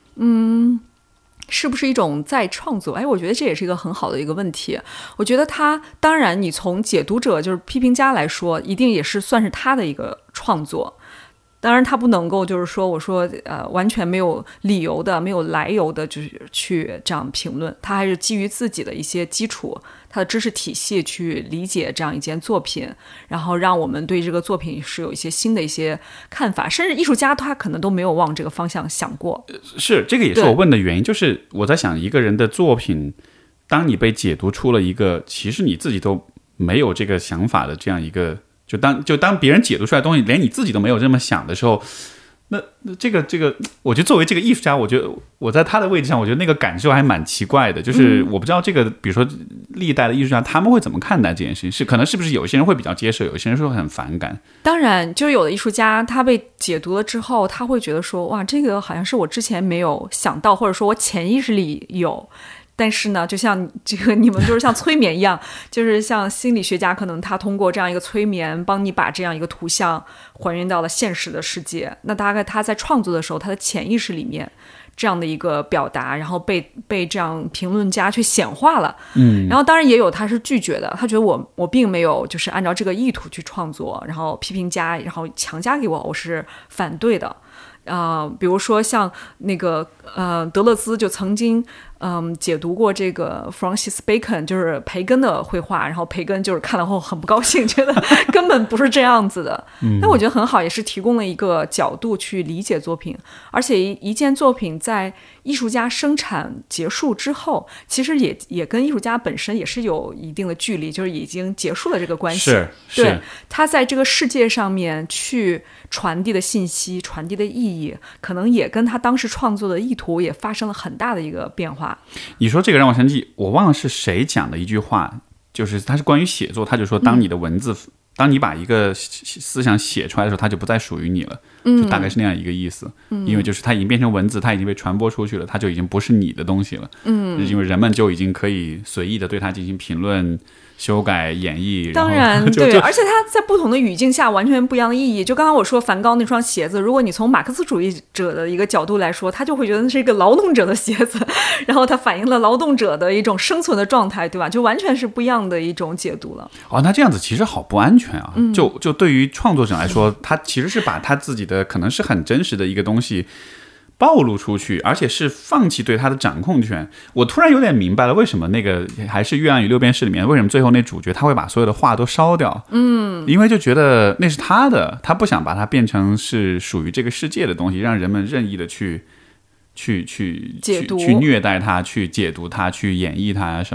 是不是一种再创作？我觉得这也是一个很好的一个问题。我觉得他当然你从解读者就是批评家来说，一定也是算是他的一个创作。当然他不能够就是说我说完全没有理由的没有来由的就是去这样评论，他还是基于自己的一些基础他的知识体系去理解这样一件作品，然后让我们对这个作品是有一些新的一些看法，甚至艺术家他可能都没有往这个方向想过。 是，这个也是我问的原因，就是我在想一个人的作品当你被解读出了一个其实你自己都没有这个想法的这样一个就当别人解读出来的东西连你自己都没有这么想的时候，那这个我觉得作为这个艺术家，我觉得我在他的位置上，我觉得那个感受还蛮奇怪的，就是我不知道这个比如说历代的艺术家他们会怎么看待这件事情，可能是不是有些人会比较接受，有些人会很反感。 当然就是有的艺术家他被解读了之后，他会觉得说哇这个好像是我之前没有想到，或者说我潜意识里有，但是呢就像这个你们就是像催眠一样就是像心理学家可能他通过这样一个催眠帮你把这样一个图像还原到了现实的世界，那大概他在创作的时候他的潜意识里面这样的一个表达，然后被这样评论家去显化了。然后当然也有他是拒绝的，他觉得我并没有就是按照这个意图去创作，然后批评家然后强加给我是反对的。比如说像那个德勒兹就曾经解读过这个 Francis Bacon 就是培根的绘画，然后培根就是看了后很不高兴，觉得根本不是这样子的。但我觉得很好，也是提供了一个角度去理解作品，而且一件作品在艺术家生产结束之后，其实也跟艺术家本身也是有一定的距离，就是已经结束了这个关系。 是对，他在这个世界上面去传递的信息传递的意义可能也跟他当时创作的意图也发生了很大的一个变化。 你说这个让我想起我忘了是谁讲的一句话，就是他是关于写作，他就说当你的文字当你把一个思想写出来的时候它就不再属于你了，就大概是那样一个意思。因为就是它已经变成文字，它已经被传播出去了，它就已经不是你的东西了。因为人们就已经可以随意的对它进行评论修改演绎。 当然对，而且它在不同的语境下完全不一样的意义。就刚刚我说梵高那双鞋子，如果你从马克思主义者的一个角度来说，他就会觉得那是一个劳动者的鞋子，然后它反映了劳动者的一种生存的状态，对吧？就完全是不一样的一种解读了。 那这样子其实好不安全啊。就对于创作者来说，他其实是把他自己的可能是很真实的一个东西暴露出去，而且是放弃对他的掌控权。我突然有点明白了为什么那个还是《月亮与六便士》里面为什么最后那主角他会把所有的画都烧掉。因为就觉得那是他的，他不想把它变成是属于这个世界的东西，让人们任意的去解读，去虐待它，去解读它，去演绎它什么的。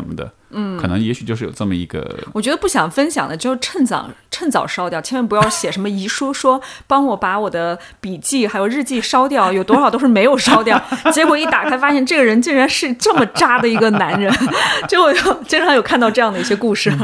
可能也许就是有这么一个。 我觉得不想分享的就是趁早烧掉，千万不要写什么遗书说帮我把我的笔记还有日记烧掉，有多少都是没有烧掉，结果一打开发现这个人竟然是这么渣的一个男人，就我就经常有看到这样的一些故事。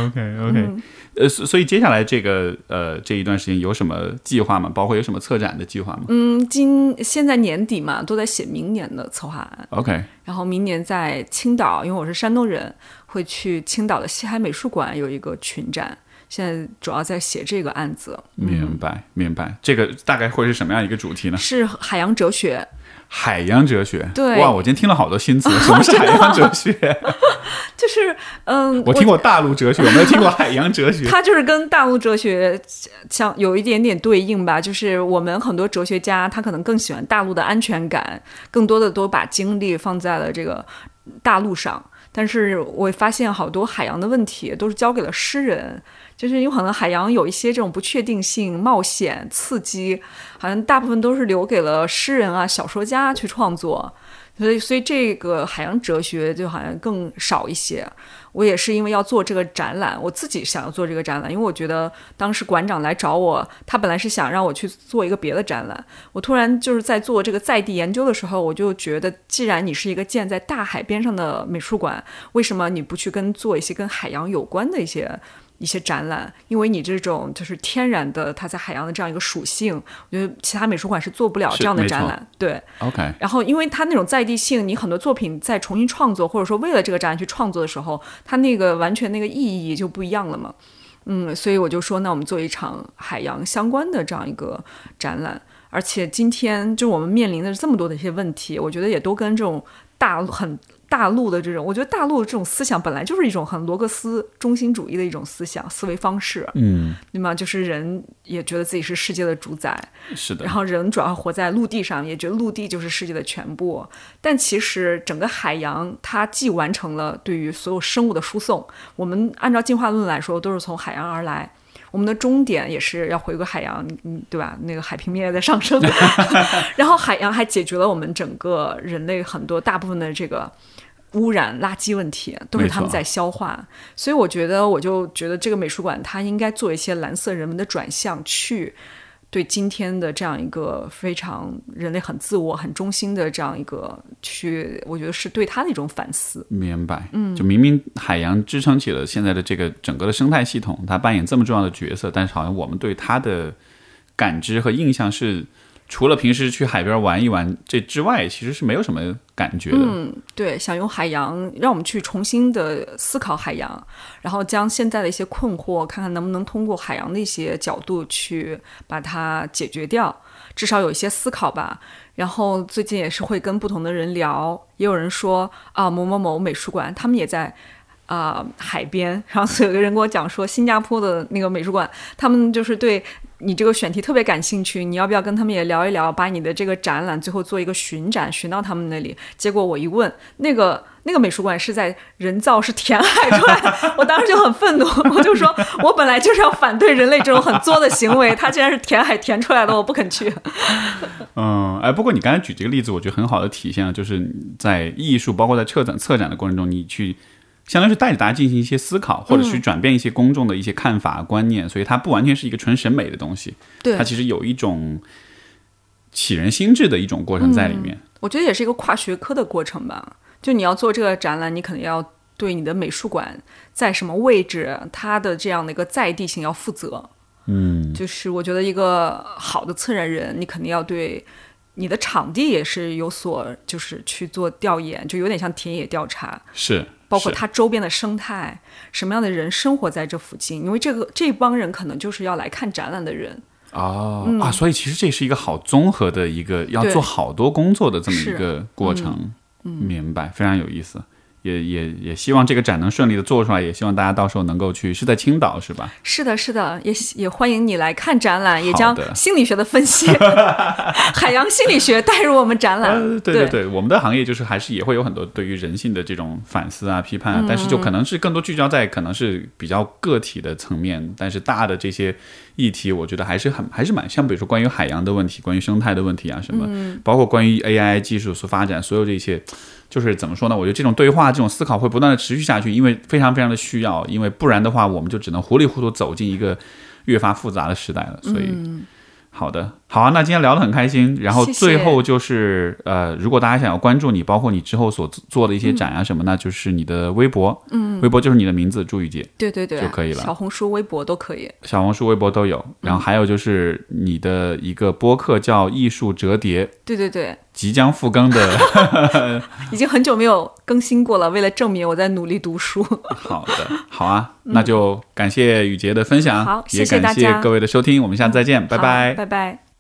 OK，所以接下来这一段时间有什么计划吗？包括有什么策展的计划吗？ 现在年底嘛，都在写明年的策划案。 OK， 然后明年在青岛，因为我是山东人，会去青岛的西海美术馆有一个群展。现在主要在写这个案子。 明白。这个大概会是什么样一个主题呢？ 是海洋哲学。 海洋哲学， 对， 哇！我今天听了好多新词，什么是海洋哲学？ 就是我听过大陆哲学，我没有听过海洋哲学。 它就是跟大陆哲学像有一点点对应吧，就是我们很多哲学家他可能更喜欢大陆的安全感，更多的都把精力放在了这个大陆上。但是我发现好多海洋的问题都是交给了诗人，就是有可能海洋有一些这种不确定性、冒险、刺激，好像大部分都是留给了诗人啊、小说家去创作，所以这个海洋哲学就好像更少一些。我也是因为要做这个展览，我自己想要做这个展览，因为我觉得当时馆长来找我，他本来是想让我去做一个别的展览，我突然就是在做这个在地研究的时候，我就觉得既然你是一个建在大海边上的美术馆，为什么你不去做一些跟海洋有关的一些展览？因为你这种就是天然的它在海洋的这样一个属性，我觉得其他美术馆是做不了这样的展览。对 ，OK。 然后因为它那种在地性，你很多作品在重新创作，或者说为了这个展览去创作的时候，它那个完全那个意义就不一样了嘛。所以我就说，那我们做一场海洋相关的这样一个展览。而且今天就我们面临的这么多的一些问题，我觉得也都跟这种很大陆的这种，我觉得大陆的这种思想本来就是一种很罗格斯中心主义的一种思维方式，对吗？就是人也觉得自己是世界的主宰， 是的。 然后人主要活在陆地上，也觉得陆地就是世界的全部。但其实整个海洋它既完成了对于所有生物的输送，我们按照进化论来说都是从海洋而来。我们的终点也是要回归海洋，对吧？那个海平面也在上升，然后海洋还解决了我们整个人类很多大部分的这个污染垃圾问题，都是他们在消化。所以我就觉得这个美术馆它应该做一些蓝色人文的转向，去对今天的这样一个非常人类很自我很中心的这样一个我觉得是对它的一种反思。 明白。就明明海洋支撑起了现在的这个整个的生态系统，它扮演这么重要的角色，但是好像我们对它的感知和印象是除了平时去海边玩一玩这之外，其实是没有什么感觉的。 对，想用海洋让我们去重新的思考海洋，然后将现在的一些困惑看看能不能通过海洋的一些角度去把它解决掉，至少有一些思考吧。然后最近也是会跟不同的人聊，也有人说某某某美术馆他们也在海边，然后有个人跟我讲说新加坡的那个美术馆他们就是对你这个选题特别感兴趣，你要不要跟他们也聊一聊，把你的这个展览最后做一个巡展，巡到他们那里。结果我一问，那个美术馆是在人造是填海出来我当时就很愤怒，我就说我本来就是要反对人类这种很作的行为，他竟然是填海填出来的，我不肯去。 不过你刚才举这个例子我觉得很好的体现了，就是在艺术包括在策展的过程中，你去相当于是带着大家进行一些思考，或者去转变一些公众的一些看法观念，所以它不完全是一个纯审美的东西， 对， 它其实有一种启人心智的一种过程在里面。 我觉得也是一个跨学科的过程吧，就你要做这个展览，你可能要对你的美术馆在什么位置，它的这样的一个在地性要负责。就是我觉得一个好的策展人，你肯定要对你的场地也是有所就是去做调研，就有点像田野调查， 是包括它周边的生态，什么样的人生活在这附近，因为这帮人可能就是要来看展览的人。 所以其实这是一个好综合的一个要做好多工作的这么一个过程。明白，非常有意思。也希望这个展能顺利的做出来，也希望大家到时候能够去，是在青岛是吧？是的， 也欢迎你来看展览，也将心理学的分析海洋心理学带入我们展览。 对，我们的行业就是还是也会有很多对于人性的这种反思啊批判啊，但是就可能是更多聚焦在可能是比较个体的层面，但是大的这些议题，我觉得还是蛮像，比如说关于海洋的问题，关于生态的问题啊什么，包括关于 AI 技术所发展，所有这些，就是怎么说呢？我觉得这种对话、这种思考会不断的持续下去，因为非常非常的需要，因为不然的话，我们就只能糊里糊涂走进一个越发复杂的时代了。所以，好的，好啊，那今天聊得很开心。然后最后就是如果大家想要关注你，包括你之后所做的一些展啊什么，那就是你的微博，微博就是你的名字朱雨洁， 对就可以了。 小红书、微博都可以， 小红书、微博都有。然后还有就是你的一个播客叫艺术折叠， 对， 即将复更的， 已经很久没有更新过了。为了证明我在努力读书。 好的，好啊，那就感谢雨洁的分享， 好， 也谢谢大家， 感谢各位的收听，我们下次再见，拜拜， 拜拜。